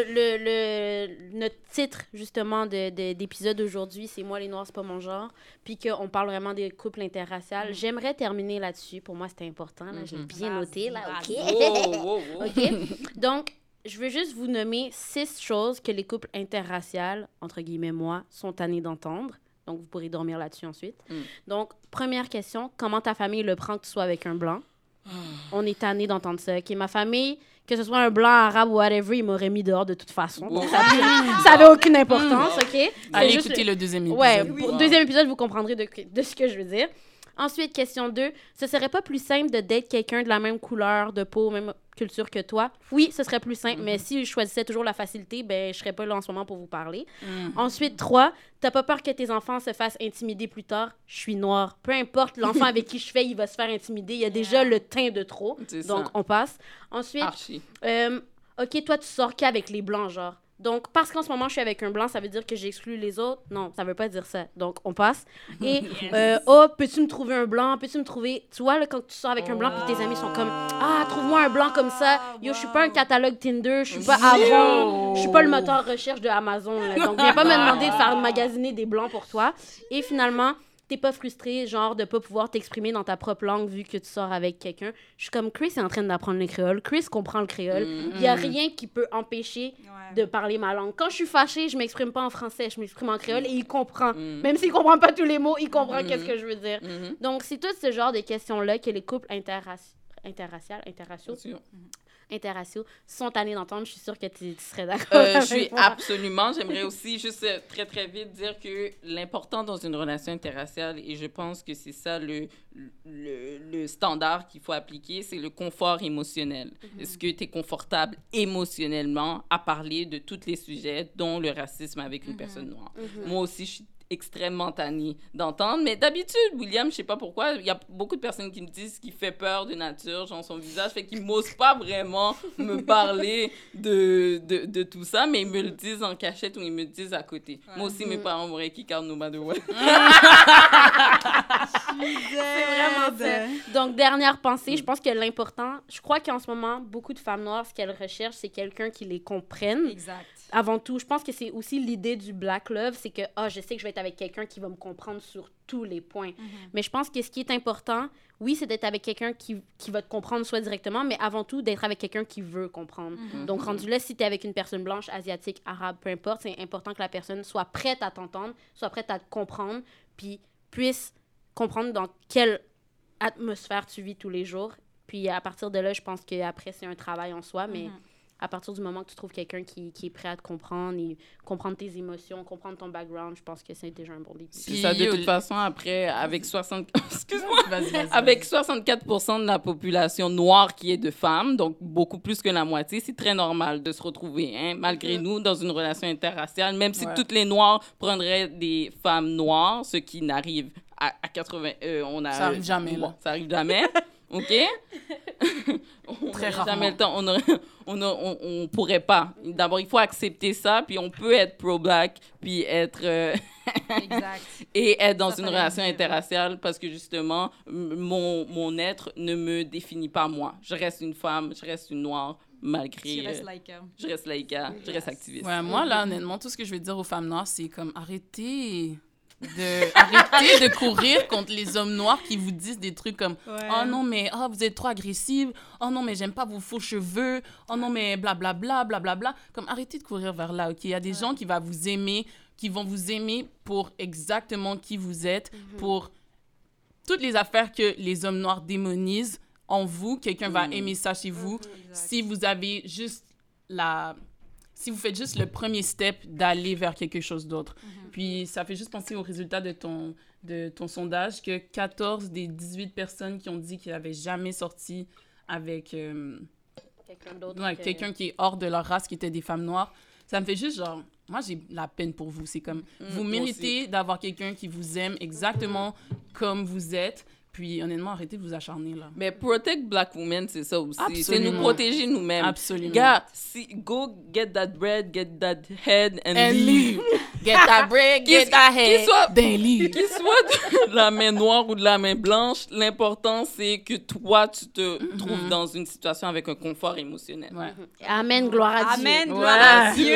le, le, notre titre, justement, de, de, d'épisode aujourd'hui, c'est « Moi, les Noirs, c'est pas mon genre », puis qu'on parle vraiment des couples interraciales. Mm. J'aimerais terminer là-dessus. Pour moi, c'était important. Là, mm-hmm. J'ai bien vas-y, noté, là, OK? Wow, wow, wow. OK? Donc, je veux juste vous nommer six choses que les couples interraciales, entre guillemets moi, sont tannés d'entendre. Donc, vous pourrez dormir là-dessus ensuite. Mm. Donc, première question, comment ta famille le prend que tu sois avec un blanc? On est tanné d'entendre ça. Okay, ma famille, que ce soit un blanc, arabe ou whatever, il m'aurait mis dehors de toute façon. Donc, ça n'avait aucune importance, OK? Allez écouter le... le deuxième épisode. Ouais, pour le deuxième épisode, vous comprendrez de, de ce que je veux dire. Ensuite, question deux. Ce serait pas plus simple de date quelqu'un de la même couleur de peau, même culture que toi? Oui, ce serait plus simple, mm-hmm. mais si je choisissais toujours la facilité, ben je serais pas là en ce moment pour vous parler. Mm-hmm. Ensuite, trois. T'as pas peur que tes enfants se fassent intimider plus tard? Je suis noire. Peu importe l'enfant avec qui je fais, il va se faire intimider. Il y a déjà le teint de trop. C'est donc, ça. On passe. Ensuite, euh, OK, toi, tu sors qu'avec les blancs, genre. Donc, parce qu'en ce moment, je suis avec un blanc, ça veut dire que j'exclus les autres? Non, ça veut pas dire ça. Donc, on passe. Et, yes. euh, oh, peux-tu me trouver un blanc? Peux-tu me trouver... Tu vois, là, quand tu sors avec un blanc, puis tes amis sont comme, ah, trouve-moi un blanc comme ça. Yo, je suis pas un catalogue Tinder, je suis pas Avon, je suis pas le moteur recherche de Amazon. Là. Donc, viens pas me demander de faire magasiner des blancs pour toi. Et finalement... T'es pas frustré, genre, de pas pouvoir t'exprimer dans ta propre langue vu que tu sors avec quelqu'un. Je suis comme, Chris est en train d'apprendre le créole. Chris comprend le créole. Il mm-hmm. y a rien qui peut empêcher ouais. de parler ma langue. Quand je suis fâchée, je m'exprime pas en français, je m'exprime en créole et il comprend. Mm-hmm. Même s'il comprend pas tous les mots, il comprend mm-hmm. qu'est-ce que je veux dire. Mm-hmm. Donc, c'est tout ce genre de questions-là que les couples interraci- interraciales, interraciaux... Mm-hmm. interraciaux sont tannés d'entendre. Je suis sûre que tu, tu serais d'accord euh, avec Je suis moi. absolument. J'aimerais aussi juste euh, très, très vite dire que l'important dans une relation interraciale, et je pense que c'est ça le, le, le standard qu'il faut appliquer, c'est le confort émotionnel. Mm-hmm. Est-ce que tu es confortable émotionnellement à parler de tous les sujets, dont le racisme avec une mm-hmm. personne noire? Mm-hmm. Moi aussi, je suis extrêmement tannée d'entendre. Mais d'habitude, William, je sais pas pourquoi, il y a beaucoup de personnes qui me disent qu'il fait peur de nature, genre son visage, fait qu'ils n'osent pas vraiment me parler de, de, de tout ça, mais ils me le disent en cachette ou ils me le disent à côté. Ouais. Moi aussi, mm-hmm. mes parents m'auraient kick out no matter what. C'est vraiment ça. Donc, dernière pensée, mm. je pense que l'important, je crois qu'en ce moment, beaucoup de femmes noires, ce qu'elles recherchent, c'est quelqu'un qui les comprenne. Exact. Avant tout, je pense que c'est aussi l'idée du Black Love, c'est que, ah, oh, je sais que je vais être avec quelqu'un qui va me comprendre sur tous les points. Mm-hmm. Mais je pense que ce qui est important, oui, c'est d'être avec quelqu'un qui, qui va te comprendre soit directement, mais avant tout, d'être avec quelqu'un qui veut comprendre. Mm-hmm. Donc, rendu là, si t'es avec une personne blanche, asiatique, arabe, peu importe, c'est important que la personne soit prête à t'entendre, soit prête à te comprendre, puis puisse comprendre dans quelle atmosphère tu vis tous les jours. Puis, à partir de là, je pense qu'après, c'est un travail en soi, mais... Mm-hmm. À partir du moment que tu trouves quelqu'un qui, qui est prêt à te comprendre et comprendre tes émotions, comprendre ton background, je pense que c'est déjà un bon début. C'est ça, de toute façon, après, avec soixante... Excuse-moi. Vas-y, vas-y, avec soixante-quatre pour cent de la population noire qui est de femmes, donc beaucoup plus que la moitié, c'est très normal de se retrouver, hein, malgré mm-hmm. nous, dans une relation interraciale, même si ouais. toutes les Noirs prendraient des femmes noires, ce qui n'arrive à, à quatre-vingts... Euh, on a, ça arrive jamais, euh, là. Ça arrive jamais. OK? on Très rarement. Jamais le temps. On, aurait, on, a, on, on pourrait pas. D'abord, il faut accepter ça, puis on peut être pro-black, puis être... Euh, exact. Et être dans ça une relation dire. interraciale, parce que justement, mon, mon être ne me définit pas moi. Je reste une femme, je reste une noire, malgré... Je reste laïca. Je reste laïca, yes. je reste activiste. Ouais, moi, là, honnêtement, tout ce que je veux dire aux femmes noires, c'est comme, arrêtez... de arrêter de courir contre les hommes noirs qui vous disent des trucs comme ouais. oh non mais oh, vous êtes trop agressive, oh non mais j'aime pas vos faux cheveux, oh non mais blablabla blablabla, comme arrêtez de courir vers là, ok, il y a des ouais. gens qui vont vous aimer, qui vont vous aimer pour exactement qui vous êtes, mm-hmm. pour toutes les affaires que les hommes noirs démonisent en vous, quelqu'un mm. va aimer ça chez vous, mm-hmm. si vous avez juste la si vous faites juste le premier step d'aller vers quelque chose d'autre. Mm-hmm. Puis ça fait juste penser aux résultats de ton, de ton sondage que quatorze des dix-huit personnes qui ont dit qu'ils n'avaient jamais sorti avec euh, quelqu'un d'autre. Ouais, que... quelqu'un qui est hors de leur race, qui était des femmes noires. Ça me fait juste genre... Moi, j'ai la peine pour vous. C'est comme... Mm, vous méritez d'avoir quelqu'un qui vous aime exactement mm-hmm. comme vous êtes. Puis, honnêtement, arrêtez de vous acharner, là. Mais protect black women, c'est ça aussi. Absolument. C'est nous protéger nous-mêmes. Absolument. Gars, si, go get that bread, get that head, and, and leave. Get that bread, get that head, soit, then leave. Qu'il soit de la main noire ou de la main blanche, l'important, c'est que toi, tu te mm-hmm. trouves dans une situation avec un confort émotionnel. Ouais. Amen, gloire à Dieu. Amen, gloire ouais.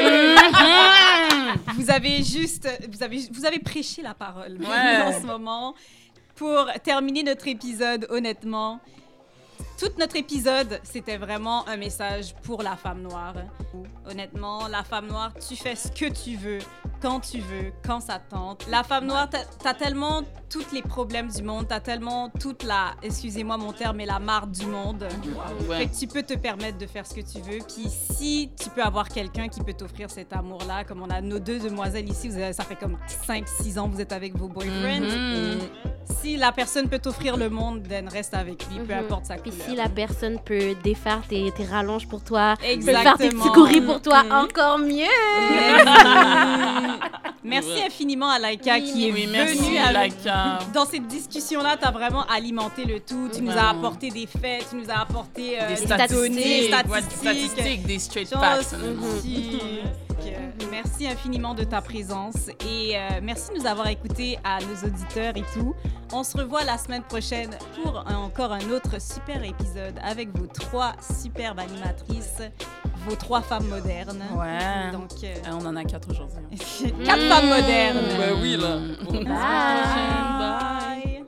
à Dieu. Vous avez juste... Vous avez, vous avez prêché la parole ouais. en ce moment. Pour terminer notre épisode, honnêtement, tout notre épisode, c'était vraiment un message pour la femme noire. Honnêtement, la femme noire, tu fais ce que tu veux. quand tu veux, quand ça tente. La femme noire, t'as, t'as tellement tous les problèmes du monde, t'as tellement toute la, excusez-moi mon terme, mais la marde du monde. Ouais. Fait que tu peux te permettre de faire ce que tu veux. Puis si tu peux avoir quelqu'un qui peut t'offrir cet amour-là, comme on a nos deux demoiselles ici, vous avez, ça fait comme cinq six ans que vous êtes avec vos boyfriends. Mm-hmm. Si la personne peut t'offrir le monde, then reste avec lui, mm-hmm. peu importe sa couleur. Puis si la personne peut défaire tes, tes rallonges pour toi, exactement. faire tes petits courris pour toi, mm-hmm. encore mieux! Merci, merci infiniment à Laïka oui, qui est oui, venue avec... Dans cette discussion-là, tu as vraiment alimenté le tout. Tu nous as apporté des faits, tu nous as apporté euh, des, des statistiques, données, des statistiques, statistiques, des straight facts. Mm-hmm. Merci infiniment de ta présence et euh, merci de nous avoir écoutés à nos auditeurs et tout. On se revoit la semaine prochaine pour un, encore un autre super épisode avec vos trois superbes animatrices, vos trois femmes modernes. Ouais. Donc, euh... on en a quatre aujourd'hui. Quatre mmh. femmes modernes. Ben oui, là. Bye. Bye.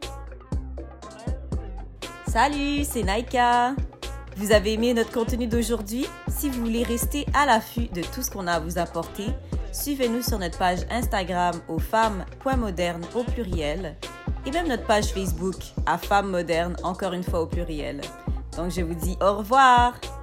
Salut, c'est Naïka. Vous avez aimé notre contenu d'aujourd'hui? Si vous voulez rester à l'affût de tout ce qu'on a à vous apporter, suivez-nous sur notre page Instagram au femmes point modernes au pluriel et même notre page Facebook à femmes modernes, encore une fois au pluriel. Donc je vous dis au revoir!